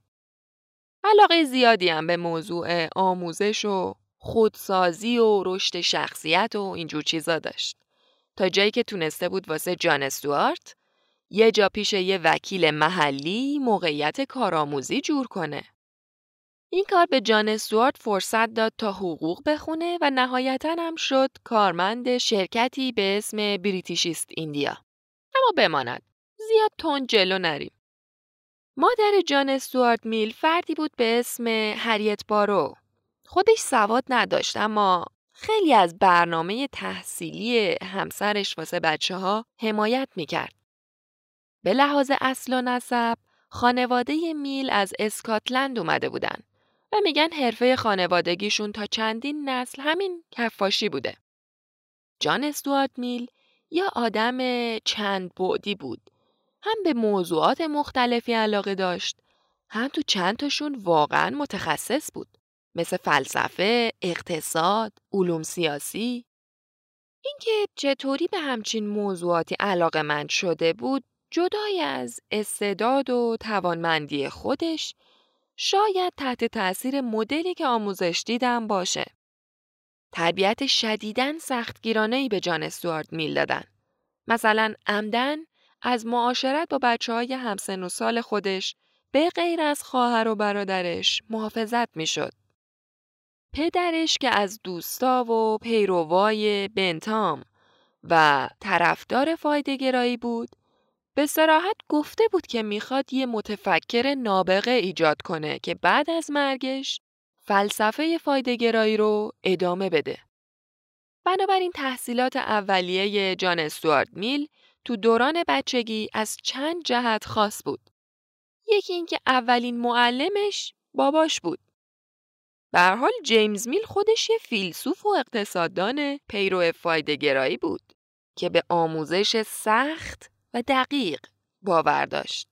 Speaker 1: علاقه زیادی هم به موضوع آموزش و خودسازی و رشد شخصیت و اینجور چیزا داشت. تا جایی که تونسته بود واسه جان استوارت یه جا پیش یه وکیل محلی موقعیت کارآموزی جور کنه. این کار به جان استوارت فرصت داد تا حقوق بخونه و نهایتاً هم شد کارمند شرکتی به اسم بریتیش ایست ایندیا. اما بماند. زیاد تند جلو نریم. مادر جان استوارت میل فردی بود به اسم هریت بارو. خودش سواد نداشت اما خیلی از برنامه تحصیلی همسرش واسه بچه‌ها حمایت میکرد. به لحاظ اصل و نسب خانواده میل از اسکاتلند اومده بودن و میگن حرفه خانوادگیشون تا چندین نسل همین کفاشی بوده. جان استوارت میل یا آدم چند بعدی بود. هم به موضوعات مختلفی علاقه داشت، هم تو چند تاشون واقعا متخصص بود. مثل فلسفه، اقتصاد، علوم سیاسی. اینکه چطوری به همچین موضوعاتی علاقه‌مند شده بود، جدای از استعداد و توانمندی خودش، شاید تحت تأثیر مدلی که آموزش دیدم باشه. تربیت شدیداً سختگیرانه‌ای به جان استوارت میل دادن. مثلا عمدن از معاشرت با بچه‌های همسن و سال خودش به غیر از خواهر و برادرش محافظت میشد. پدرش که از دوستا و پیروای بنتام و طرفدار فایده‌گرایی بود، به صراحت گفته بود که میخواد یه متفکر نابغه ایجاد کنه که بعد از مرگش فلسفه فایده‌گرایی رو ادامه بده. بنابراین تحصیلات اولیه جان استوارت میل تو دوران بچگی از چند جهت خاص بود. یکی این که اولین معلمش باباش بود. به هر حال جیمز میل خودش یه فیلسوف و اقتصاددان پیرو فایده‌گرایی بود که به آموزش سخت و دقیق باور داشت.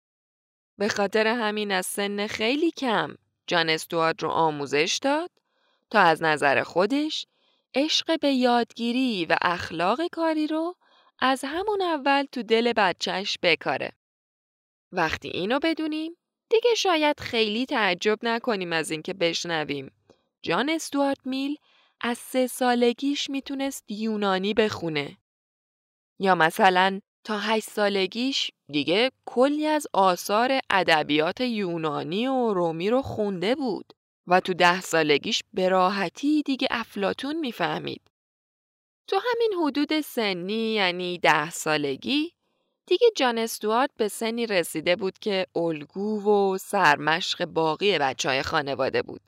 Speaker 1: به خاطر همین از سن خیلی کم جان استوارت رو آموزش داد تا از نظر خودش عشق به یادگیری و اخلاق کاری رو از همون اول تو دل بچهش بکاره. وقتی اینو بدونیم دیگه شاید خیلی تعجب نکنیم از اینکه بشنویم جان استوارت میل از 3 سالگیش میتونست یونانی بخونه. یا مثلا تا 8 سالگیش دیگه کلی از آثار ادبیات یونانی و رومی رو خونده بود و تو 10 سالگیش به راحتی دیگه افلاطون میفهمید. تو همین حدود سنی یعنی 10 سالگی دیگه جان استوارت به سنی رسیده بود که الگو و سرمشق باقی بچهای خانواده بود.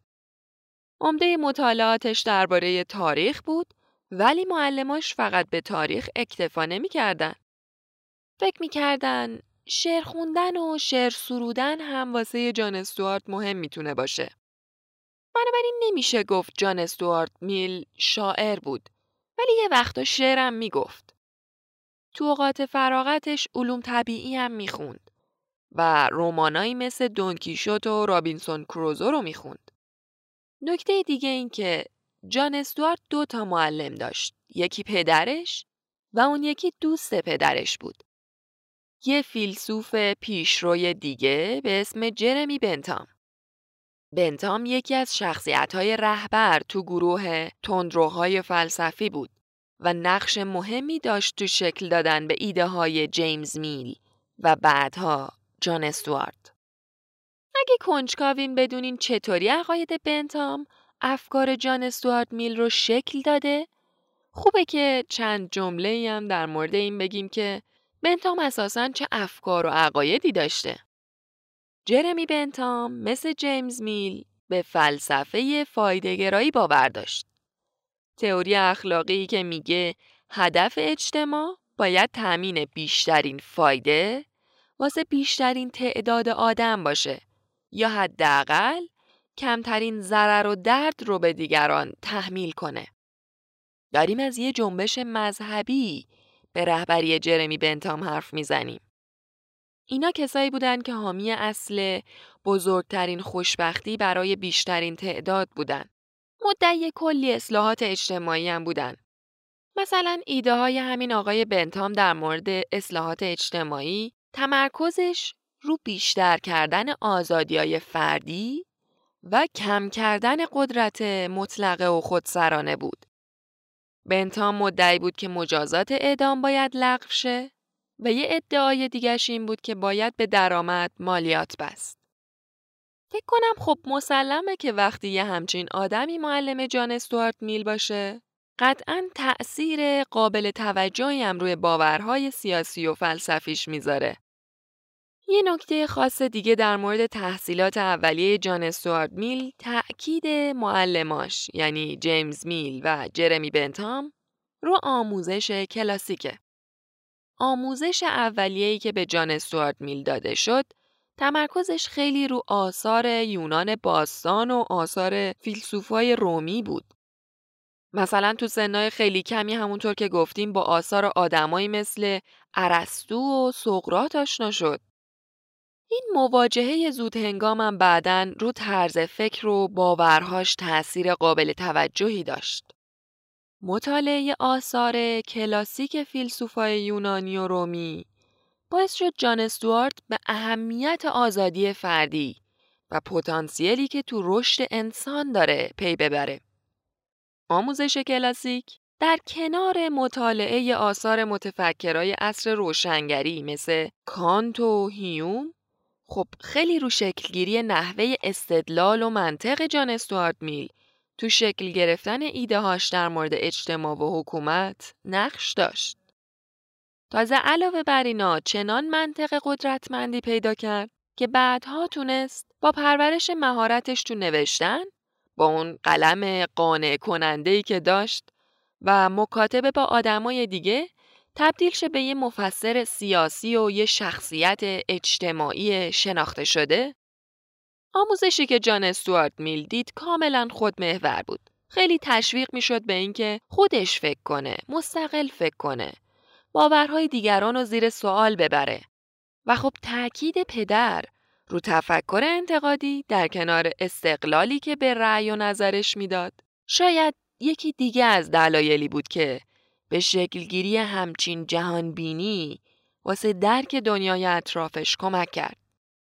Speaker 1: عمده مطالعاتش درباره تاریخ بود ولی معلماش فقط به تاریخ اکتفا نمی‌کردن. فکر می‌کردن شعر خوندن و شعر سرودن هم واسه جان استوارت مهم میتونه باشه. بنابراین نمیشه گفت جان استوارت میل شاعر بود ولی یه وقتا شعرم میگفت. تو اوقات فراغتش علوم طبیعی هم میخوند و رمانایی مثل دون کیشوت و رابینسون کروزو رو میخوند. نکته دیگه این که جان استوارت 2 تا معلم داشت. یکی پدرش و اون یکی دوست پدرش بود. یه فیلسوف پیشروی دیگه به اسم جرمی بنتام. بنتام یکی از شخصیت‌های رهبر تو گروه تندروهای فلسفی بود و نقش مهمی داشت تو شکل دادن به ایده‌های جیمز میل و بعدها جان استوارت. اگه کنجکاوین بدونین چطوری عقاید بنتام افکار جان استوارت میل رو شکل داده، خوبه که چند جمله‌ای هم در مورد این بگیم که بنتام اساساً چه افکار و عقایدی داشته؟ جرمی بنتام مثل جیمز میل به فلسفه فایده‌گرایی باور داشت. تئوری اخلاقی که میگه هدف اجتماع باید تأمین بیشترین فایده واسه بیشترین تعداد آدم باشه یا حداقل کمترین ضرر و درد رو به دیگران تحمیل کنه. داریم از یه جنبش مذهبی به رهبری جرمی بنتام حرف میزنیم. اینا کسایی بودن که حامی اصل بزرگترین خوشبختی برای بیشترین تعداد بودن. مدعی کلی اصلاحات اجتماعی هم بودن. مثلا ایده های همین آقای بنتام در مورد اصلاحات اجتماعی تمرکزش رو بیشتر کردن آزادی‌های فردی و کم کردن قدرت مطلقه و خودسرانه بود. بنتام مدعی بود که مجازات اعدام باید لغو شه و یه ادعای دیگه‌ش این بود که باید به درآمد مالیات بست. فکر کنم خب مسلمه که وقتی یه همچین آدمی معلم جان استوارت میل باشه، قطعاً تأثیر قابل توجهی هم روی باورهای سیاسی و فلسفیش میذاره. یه نکته خاص دیگه در مورد تحصیلات اولیه جان استوارت میل تأکید معلماش یعنی جیمز میل و جرمی بنتام رو آموزش کلاسیکه. آموزش اولیه‌ای که به جان استوارت میل داده شد تمرکزش خیلی رو آثار یونان باستان و آثار فیلسوفای رومی بود. مثلا تو سنای خیلی کمی همونطور که گفتیم با آثار آدمایی مثل ارسطو و سقراط آشنا شد. این مواجهه زود هنگامم بعدن رو طرز فکر و باورهاش تأثیر قابل توجهی داشت. مطالعه آثار کلاسیک فیلسوفای یونانی و رومی باعث شد جان استوارت به اهمیت آزادی فردی و پتانسیلی که تو رشد انسان داره پی ببره. آموزش کلاسیک در کنار مطالعه آثار متفکرای عصر روشنگری مثل کانت و هیوم خب خیلی رو شکلگیری نحوه استدلال و منطق جان استوارت میل تو شکل گرفتن ایده‌هاش در مورد اجتماع و حکومت نقش داشت. تازه علاوه بر اینا چنان منطق قدرتمندی پیدا کرد که بعدها تونست با پرورش مهارتش تو نوشتن با اون قلم قانع کننده‌ای که داشت و مکاتبه با آدمای دیگه تبدیل شه به یه مفسر سیاسی و یه شخصیت اجتماعی شناخته شده. آموزشی که جان استوارت میل دید کاملا خودمحور بود. خیلی تشویق میشد به اینکه خودش فکر کنه، مستقل فکر کنه، باورهای دیگران رو زیر سوال ببره. و خب تأکید پدر رو تفکر انتقادی در کنار استقلالی که به رأی و نظرش میداد شاید یکی دیگه از دلایلی بود که به شکلگیری همچین جهانبینی واسه درک دنیای اطرافش کمک کرد.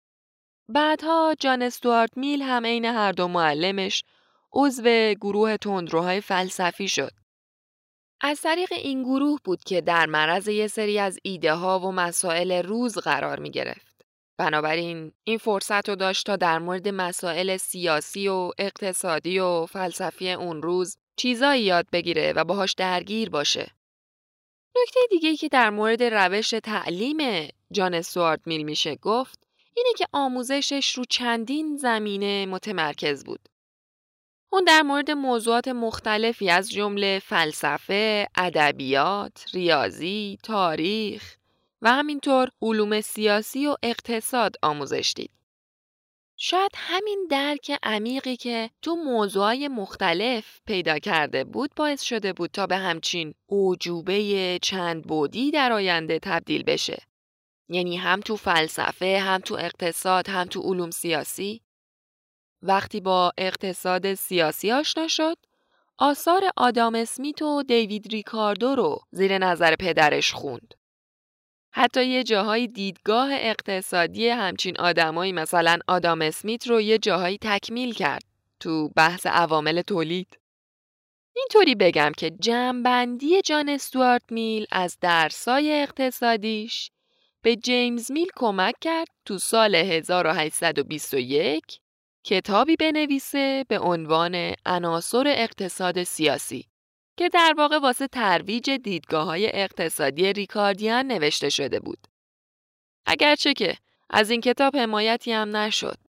Speaker 1: بعدها جان استوارت میل هم عین هر دو معلمش عضو گروه تندروهای فلسفی شد. از طریق این گروه بود که در معرض یه سری از ایده ها و مسائل روز قرار می گرفت. بنابراین این فرصت رو داشت تا در مورد مسائل سیاسی و اقتصادی و فلسفی اون روز چیزایی یاد بگیره و باهاش درگیر باشه. نکته دیگه‌ای که در مورد روش تعلیم جان استوارت میل میشه گفت اینه که آموزشش رو چندین زمینه متمرکز بود. اون در مورد موضوعات مختلفی از جمله فلسفه، ادبیات، ریاضی، تاریخ و همینطور علوم سیاسی و اقتصاد آموزش دید. شاید همین درک عمیقی که تو موضوعای مختلف پیدا کرده بود باعث شده بود تا به همچین اعجوبه چند بعدی در آینده تبدیل بشه. یعنی هم تو فلسفه، هم تو اقتصاد، هم تو علوم سیاسی. وقتی با اقتصاد سیاسی آشنا شد، آثار آدام اسمیت و دیوید ریکاردو رو زیر نظر پدرش خوند. حتی یه جاهای دیدگاه اقتصادی همچین آدمایی مثلا آدام اسمیت رو یه جاهایی تکمیل کرد تو بحث عوامل تولید. اینطوری بگم که جمع‌بندی جان استوارت میل از درسای اقتصادیش به جیمز میل کمک کرد تو سال 1821 کتابی بنویسه به عنوان عناصر اقتصاد سیاسی که در واقع واسه ترویج دیدگاه‌های اقتصادی ریکاردیان نوشته شده بود. اگرچه که از این کتاب حمایتی هم نشد.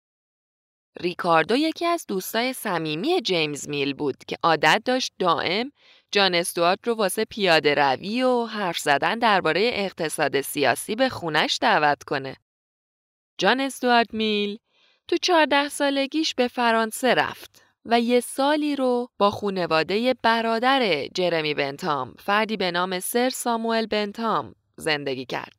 Speaker 1: ریکاردو یکی از دوستای صمیمی جیمز میل بود که عادت داشت دائم جان استوارت رو واسه پیاده روی و حرف زدن درباره اقتصاد سیاسی به خونش دعوت کنه. جان استوارت میل تو 14 سالگیش به فرانسه رفت و یه سالی رو با خانواده برادر جرمی بنتام، فردی به نام سر ساموئل بنتام، زندگی کرد.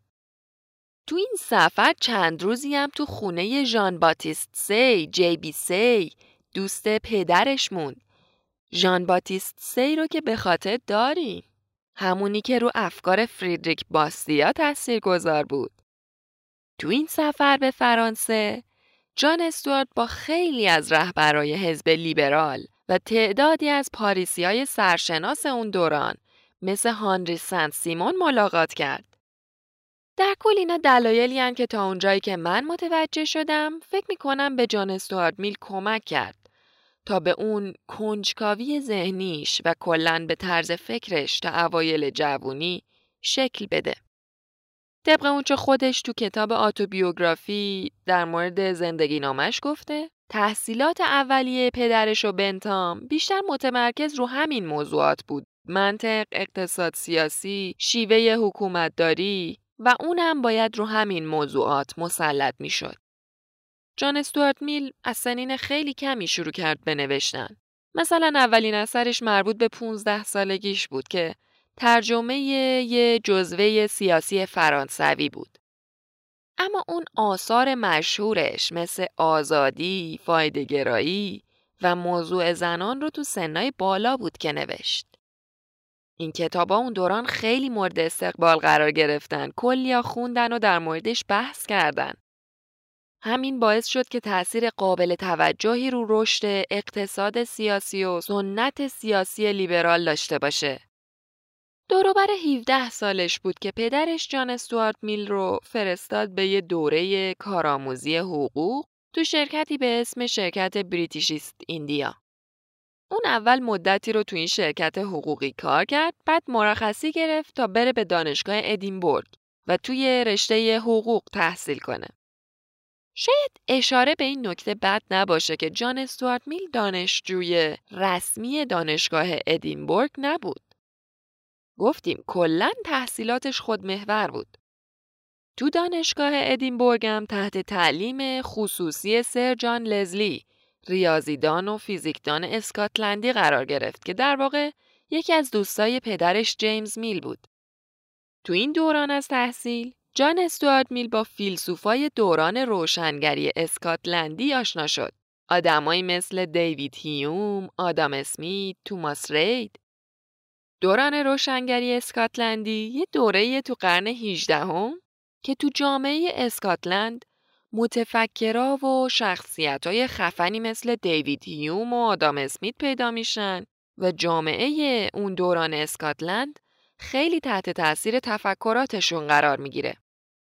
Speaker 1: تو این سفر چند روزی هم تو خونه ژان باتیست سی، جی بی سی، دوست پدرش موند. ژان باتیست سی رو که به خاطر داری، همونی که رو افکار فریدریک باستیا تاثیرگذار بود. تو این سفر به فرانسه، جان استوارت با خیلی از رهبرای حزب لیبرال و تعدادی از پاریسیای سرشناس اون دوران مثل هانری سنت سیمون ملاقات کرد. در کل اینا دلایلی هستند که تا اونجایی که من متوجه شدم فکر میکنم به جان استوارت میل کمک کرد تا به اون کنجکاوی ذهنیش و کلاً به طرز فکرش تا اوایل جوونی شکل بده. طبق اون چه خودش تو کتاب اتوبیوگرافی در مورد زندگی نامش گفته، تحصیلات اولیه پدرش و بنتام بیشتر متمرکز رو همین موضوعات بود: منطق، اقتصاد سیاسی، شیوه حکومتداری، و اونم باید رو همین موضوعات مسلط می شد. جان استوارت میل از سنین خیلی کمی شروع کرد به نوشتن. مثلا اولین اثرش مربوط به 15 سالگیش بود که ترجمه یه جزوه سیاسی فرانسوی بود. اما اون آثار مشهورش مثل آزادی، فایده‌گرایی و موضوع زنان رو تو سنای بالا بود که نوشت. این کتابا اون دوران خیلی مورد استقبال قرار گرفتن، کلیا خوندن و در موردش بحث کردن. همین باعث شد که تأثیر قابل توجهی رو رشد اقتصاد سیاسی و سنت سیاسی لیبرال داشته باشه. دوروبر 17 سالش بود که پدرش جان استوارت میل رو فرستاد به یه دوره کارآموزی حقوق تو شرکتی به اسم شرکت بریتیش ایست ایندیا. اون اول مدتی رو تو این شرکت حقوقی کار کرد، بعد مرخصی گرفت تا بره به دانشگاه ادینبورگ و توی رشته حقوق تحصیل کنه. شاید اشاره به این نکته بد نباشه که جان استوارت میل دانشجوی رسمی دانشگاه ادینبورگ نبود. گفتیم کلاً تحصیلاتش خودمحور بود. تو دانشگاه ادینبورگ هم تحت تعلیم خصوصی سر جان لزلی، ریاضیدان و فیزیکدان اسکاتلندی قرار گرفت که در واقع یکی از دوستای پدرش جیمز میل بود. تو این دوران از تحصیل، جان استوارت میل با فیلسوفای دوران روشنگری اسکاتلندی آشنا شد. آدمایی مثل دیوید هیوم، آدام اسمیت، توماس رید. دوران روشنگری اسکاتلندی یه دوره‌ای تو قرن 18 که تو جامعه اسکاتلند متفکرا و شخصیت‌های خفنی مثل دیوید هیوم و آدام اسمیت پیدا میشن و جامعه اون دوران اسکاتلند خیلی تحت تأثیر تفکراتشون قرار میگیره.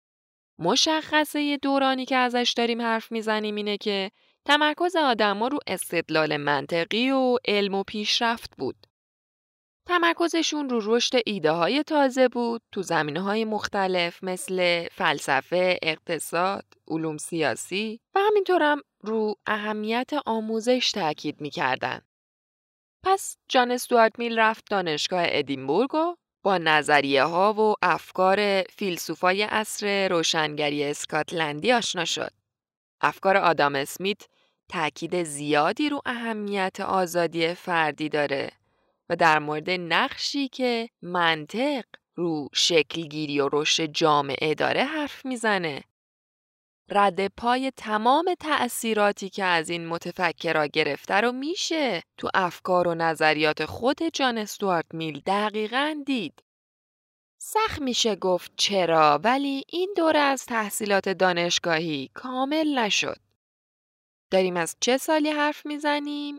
Speaker 1: مشخصه یه دورانی که ازش داریم حرف میزنیم اینه که تمرکز آدم‌ها رو استدلال منطقی و علم و پیشرفت بود. تمرکزشون رو رشد ایده‌های تازه بود تو زمینه‌های مختلف مثل فلسفه، اقتصاد، علوم سیاسی و همینطورم رو اهمیت آموزش تاکید می‌کردن. پس جان استوارت میل رفت دانشگاه ادینبورگ و با نظریه‌ها و افکار فیلسوفای عصر روشنگری اسکاتلندی آشنا شد. افکار آدام اسمیت تاکید زیادی رو اهمیت آزادی فردی داره و در مورد نقشی که منطق رو شکلگیری و رشد جامعه داره حرف میزنه. رد پای تمام تأثیراتی که از این متفکرها گرفته رو میشه تو افکار و نظریات خود جان استوارت میل دقیقاً دید. سخت میشه گفت چرا، ولی این دوره از تحصیلات دانشگاهی کامل نشد. داریم از چه سالی حرف میزنیم؟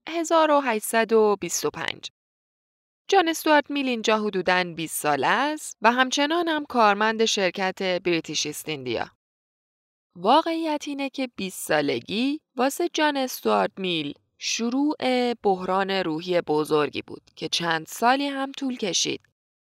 Speaker 1: 1825. جان استوارت میل اینجا حدوداً 20 ساله است و همچنان هم کارمند شرکت بریتیش ایست ایندیا. واقعیت اینه که 20 سالگی واسه جان استوارت میل شروع بحران روحی بزرگی بود که چند سالی هم طول کشید.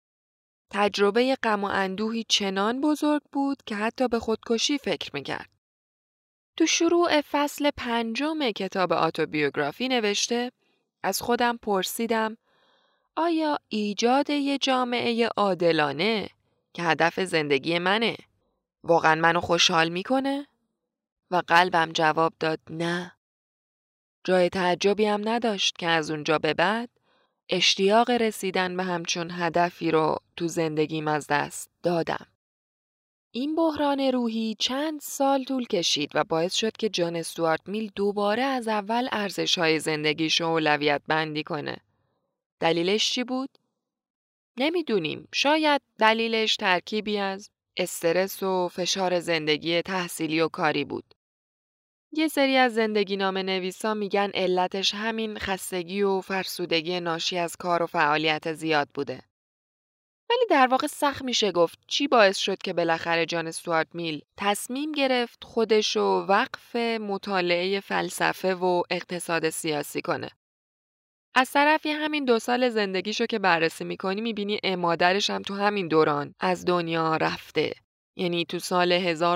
Speaker 1: تجربه غم و اندوهی چنان بزرگ بود که حتی به خودکشی فکر میکرد. تو شروع فصل 5 کتاب اتوبیوگرافی نوشته از خودم پرسیدم آیا ایجاد یه جامعه عادلانه که هدف زندگی منه واقعا منو خوشحال میکنه؟ و قلبم جواب داد نه. جای تعجبی هم نداشت که از اونجا به بعد اشتیاق رسیدن به همچون هدفی رو تو زندگیم از دست دادم. این بحران روحی چند سال طول کشید و باعث شد که جان استوارت میل دوباره از اول ارزش‌های زندگیشو اولویت بندی کنه. دلیلش چی بود؟ نمیدونیم. شاید دلیلش ترکیبی از استرس و فشار زندگی تحصیلی و کاری بود. یه سری از زندگی نامه نویسا میگن علتش همین خستگی و فرسودگی ناشی از کار و فعالیت زیاد بوده. ولی در واقع سخت میشه گفت چی باعث شد که بالاخره جان استوارت میل تصمیم گرفت خودشو وقف مطالعه فلسفه و اقتصاد سیاسی کنه. از طرفی همین 2 سال زندگیشو که بررسی میکنی میبینی مادرش هم تو همین دوران از دنیا رفته. یعنی تو سال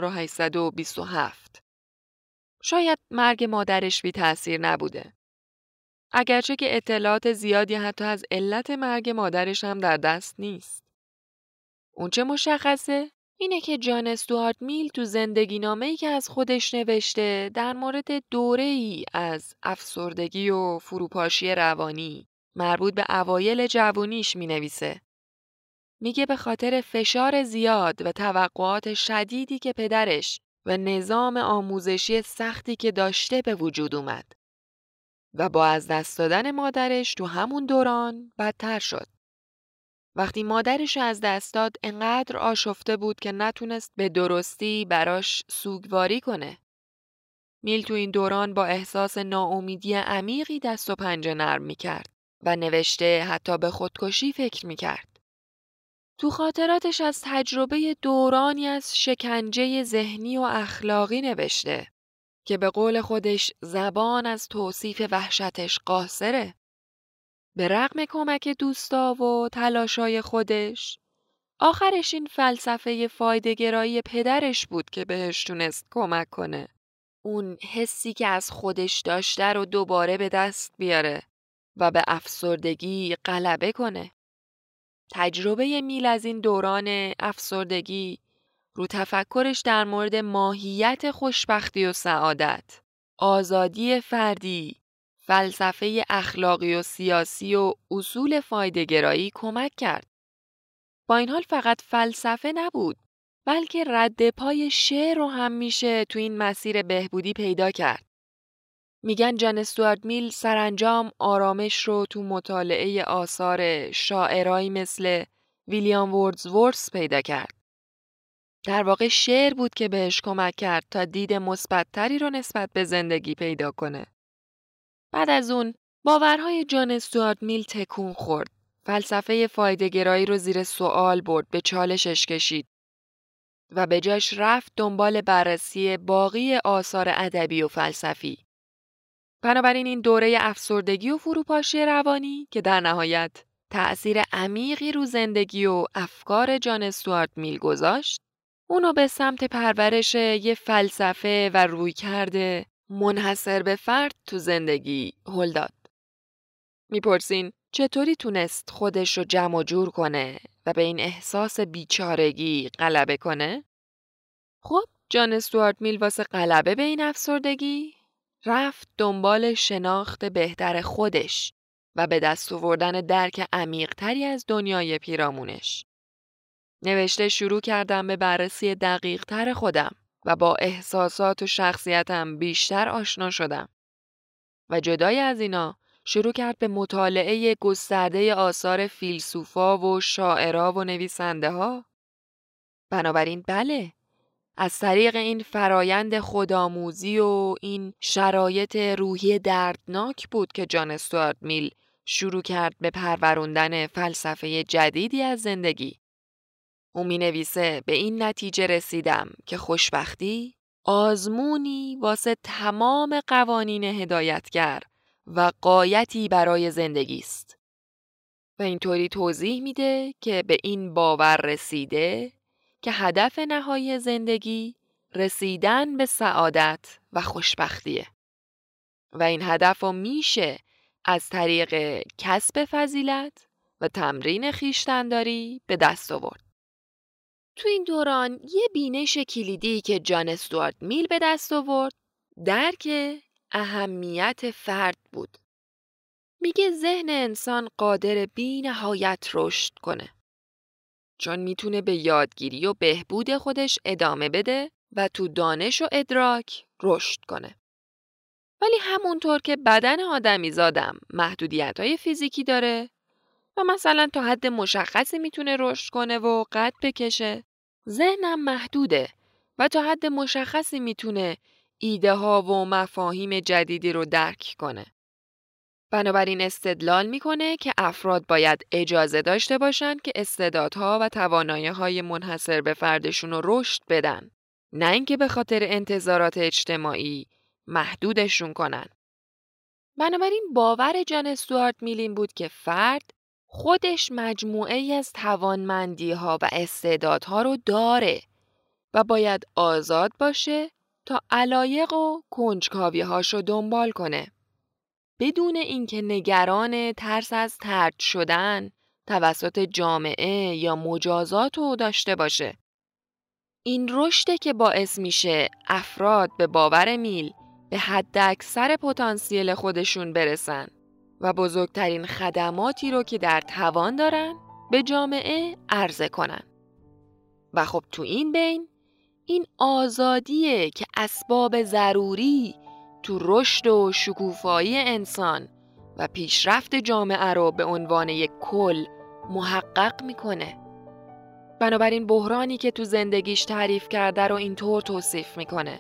Speaker 1: 1827. شاید مرگ مادرش بی تأثیر نبوده. اگرچه که اطلاعات زیادی حتی از علت مرگ مادرش هم در دست نیست. اون چه مشخصه؟ اینه که جان استوارت میل تو زندگی نامه‌ای که از خودش نوشته در مورد دوره‌ای از افسردگی و فروپاشی روانی مربوط به اوایل جوونیش می‌نویسه. میگه به خاطر فشار زیاد و توقعات شدیدی که پدرش و نظام آموزشی سختی که داشته به وجود اومد و با از دست دادن مادرش تو همون دوران بدتر شد. وقتی مادرش از دست داد انقدر آشفته بود که نتونست به درستی براش سوگواری کنه. میل تو این دوران با احساس ناامیدی عمیقی دست و پنجه نرم میکرد و نوشته حتی به خودکشی فکر میکرد. تو خاطراتش از تجربه دورانی از شکنجه ذهنی و اخلاقی نوشته که به قول خودش زبان از توصیف وحشتش قاصره. به رغم کمک دوستا و تلاشای خودش، آخرش این فلسفه فایده‌گرایی پدرش بود که بهش تونست کمک کنه. اون حسی که از خودش داشته رو دوباره به دست بیاره و به افسردگی غلبه کنه. تجربه میل از این دوران افسردگی رو تفکرش در مورد ماهیت خوشبختی و سعادت، آزادی فردی، فلسفه اخلاقی و سیاسی و اصول فایده‌گرایی کمک کرد. با این حال فقط فلسفه نبود، بلکه رد پای شعر رو هم میشه تو این مسیر بهبودی پیدا کرد. میگن جان استوارت میل سرانجام آرامش رو تو مطالعه آثار شاعرایی مثل ویلیام وردزورث پیدا کرد. در واقع شعر بود که بهش کمک کرد تا دید مثبت‌تری رو نسبت به زندگی پیدا کنه. بعد از اون باورهای جان استوارت میل تکون خورد. فلسفه فایده‌گرایی رو زیر سوال برد، به چالشش کشید و به جاش رفت دنبال بررسی باقی آثار ادبی و فلسفی. بنابراین این دوره افسردگی و فروپاشی روانی که در نهایت تأثیر عمیقی رو زندگی و افکار جان استوارت میل گذاشت، اونو به سمت پرورش یه فلسفه و رویکرد منحصر به فرد تو زندگی هل داد. میپرسین چطوری تونست خودش رو جمع و جور کنه و به این احساس بیچارگی غلبه کنه؟ خب جان استوارت میل واسه غلبه به این افسردگی رفت دنبال شناخت بهتر خودش و به دست آوردن درک عمیق‌تری از دنیای پیرامونش. نوشته شروع کردم به بررسی دقیق‌تر خودم و با احساسات و شخصیتم بیشتر آشنا شدم. و جدای از اینا شروع کرد به مطالعه گسترده آثار فیلسوفا و شاعرا و نویسنده ها. بنابراین بله، از طریق این فرایند خودآموزی و این شرایط روحی دردناک بود که جان استوارت میل شروع کرد به پروروندن فلسفه جدیدی از زندگی. او می نویسه به این نتیجه رسیدم که خوشبختی آزمونی واسه تمام قوانین هدایتگر و غایتی برای زندگی است. و اینطوری توضیح میده که به این باور رسیده که هدف نهایی زندگی رسیدن به سعادت و خوشبختیه. و این هدف رو میشه از طریق کسب فضیلت و تمرین خویشتن‌داری به دست آورد. تو این دوران یه بینش کلیدی که جان استوارت میل به دست آورد درک اهمیت فرد بود. میگه ذهن انسان قادر بی نهایت رشد کنه. چون میتونه به یادگیری و بهبود خودش ادامه بده و تو دانش و ادراک رشد کنه. ولی همونطور که بدن آدمی زادم محدودیت‌های فیزیکی داره و مثلا تا حد مشخصی میتونه رشد کنه و قد بکشه، ذهنم محدوده و تا حد مشخصی میتونه ایده ها و مفاهیم جدیدی رو درک کنه. بنابراین استدلال میکنه که افراد باید اجازه داشته باشن که استعدادها و توانایی‌های منحصر به فردشون رو رشد بدن، نه اینکه به خاطر انتظارات اجتماعی محدودشون کنن. بنابراین باور جان استوارت میل این بود که فرد خودش مجموعه ای از توانمندی‌ها و استعدادها رو داره و باید آزاد باشه تا علایق و کنجکاوی‌هاش رو دنبال کنه، بدون اینکه نگران ترس از طرد شدن توسط جامعه یا مجازات رو داشته باشه. این رشده که باعث میشه افراد به باور میل به حد اکثر پتانسیل خودشون برسن و بزرگترین خدماتی رو که در توان دارن به جامعه عرضه کنن. و خب تو این بین این آزادیه که اسباب ضروری تو رشد و شکوفایی انسان و پیشرفت جامعه رو به عنوان یک کل محقق میکنه. بنابراین بحرانی که تو زندگیش تعریف کرده رو اینطور توصیف میکنه: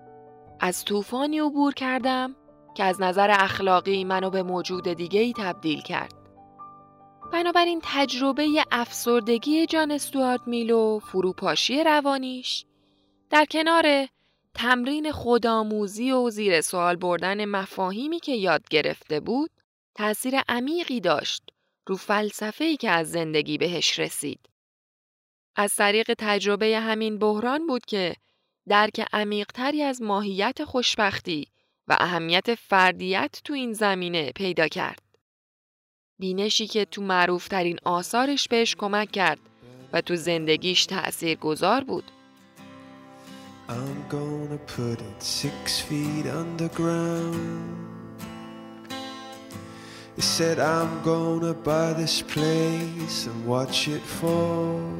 Speaker 1: از طوفانی عبور کردم که از نظر اخلاقی منو به موجود دیگه‌ای تبدیل کرد. بنابراین تجربه افسردگی جان استوارت میل و فروپاشی روانیش در کنار تمرین خودآموزی و زیر سوال بردن مفاهیمی که یاد گرفته بود، تأثیر عمیقی داشت رو فلسفه‌ای که از زندگی بهش رسید. از طریق تجربه همین بحران بود که درک عمیق‌تری از ماهیت خوشبختی و اهمیت فردیت تو این زمینه پیدا کرد. بینشی که تو معروف‌ترین آثارش بهش کمک کرد و تو زندگیش تأثیر گذار بود.
Speaker 2: I'm gonna put it 6 feet underground. He said I'm gonna buy this place and watch it fall.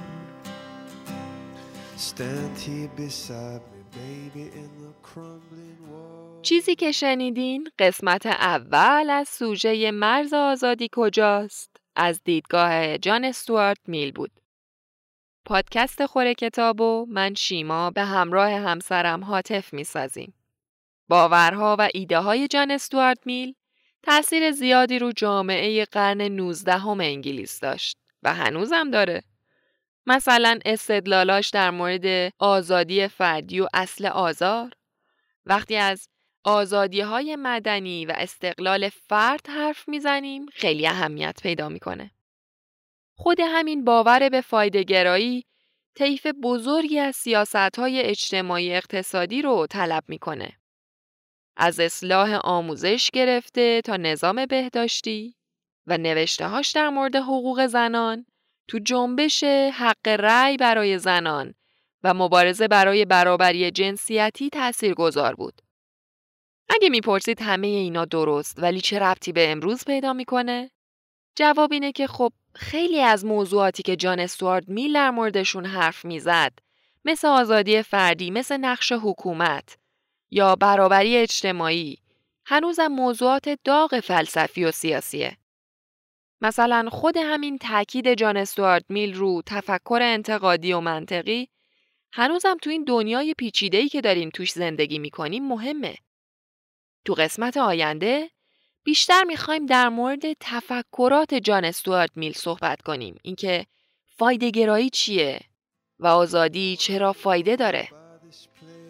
Speaker 2: Stand here beside me baby in the crumbling wall.
Speaker 1: چیزی که شنیدین قسمت اول از سوژه مرز آزادی کجاست از دیدگاه جان استوارت میل بود. پادکست خوره کتابو من شیما به همراه همسرم حاتف میسازیم. باورها و ایده های جان استوارت میل تأثیر زیادی رو جامعه قرن 19 انگلیس داشت و هنوزم داره. مثلا استدلالاش در مورد آزادی فردی و اصل آزار. وقتی از آزادی‌های مدنی و استقلال فرد حرف میزنیم خیلی اهمیت پیدا میکنه. خود همین باور به فایده‌گرایی طیف بزرگی از سیاست‌های اجتماعی اقتصادی رو طلب میکنه. از اصلاح آموزش گرفته تا نظام بهداشتی و نوشته‌هاش در مورد حقوق زنان تو جنبش حق رأی برای زنان و مبارزه برای برابری جنسیتی تاثیرگذار بود. اگه میپرسید همه اینا درست ولی چه ربطی به امروز پیدا میکنه؟ جواب اینه که خب خیلی از موضوعاتی که جان استوارت میل در موردشون حرف میزد، مثل آزادی فردی، مثل نقش حکومت یا برابری اجتماعی، هنوزم موضوعات داغ فلسفی و سیاسیه. مثلا خود همین تاکید جان استوارت میل رو تفکر انتقادی و منطقی هنوزم تو این دنیای پیچیده‌ای که داریم توش زندگی میکنیم مهمه. تو قسمت آینده بیشتر میخوایم در مورد تفکرات جان استوارت میل صحبت کنیم. اینکه فایده‌گرایی چیه و آزادی چرا فایده داره.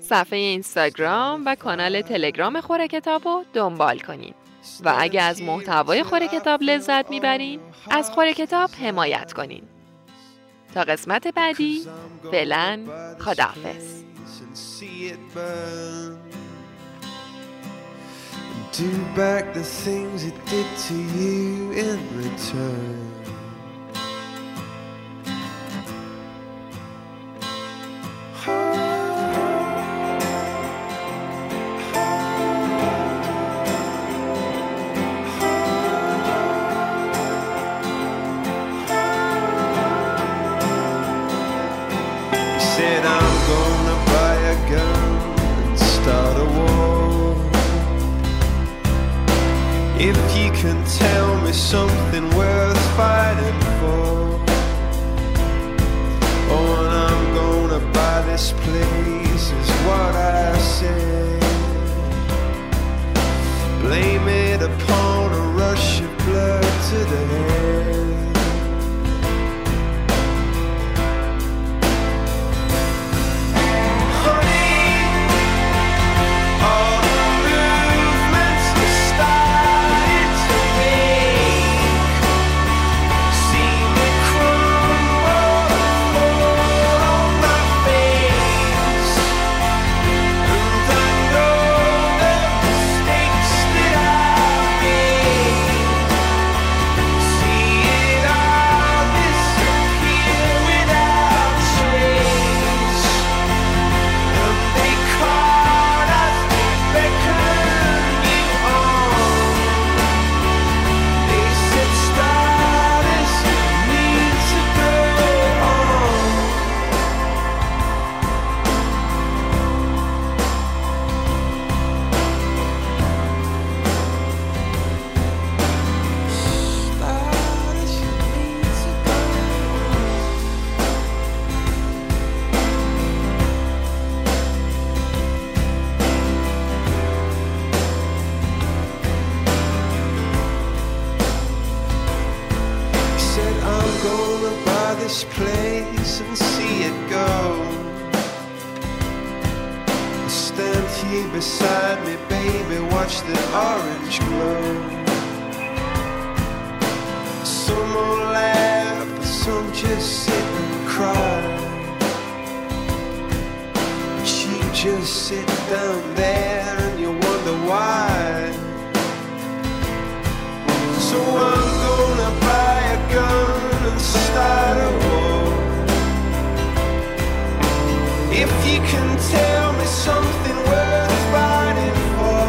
Speaker 1: صفحه اینستاگرام و کانال تلگرام خوره کتاب رو دنبال کنین. و اگه از محتوای خوره کتاب لذت میبرین، از خوره کتاب حمایت کنین. تا قسمت بعدی، فعلا خداحافظ.
Speaker 2: Do back the things it did to you in return. Said I'm gonna buy a gun and start a war. If you can tell me something worth fighting for. Oh, and I'm gonna buy this place is what I said. Blame it upon a rush of blood to the head. This place and see it go. Stand here beside me, baby, watch the orange glow. Some will laugh, some just sit and cry. But you just sit down there and you wonder why. So I'm gonna buy a gun and start a war. If you can tell me something worth fighting for.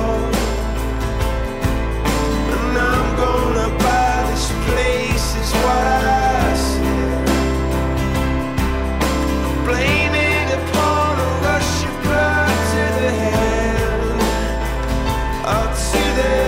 Speaker 2: And I'm gonna buy this place is what I said. Blame it upon a rush of blood to the head, or to the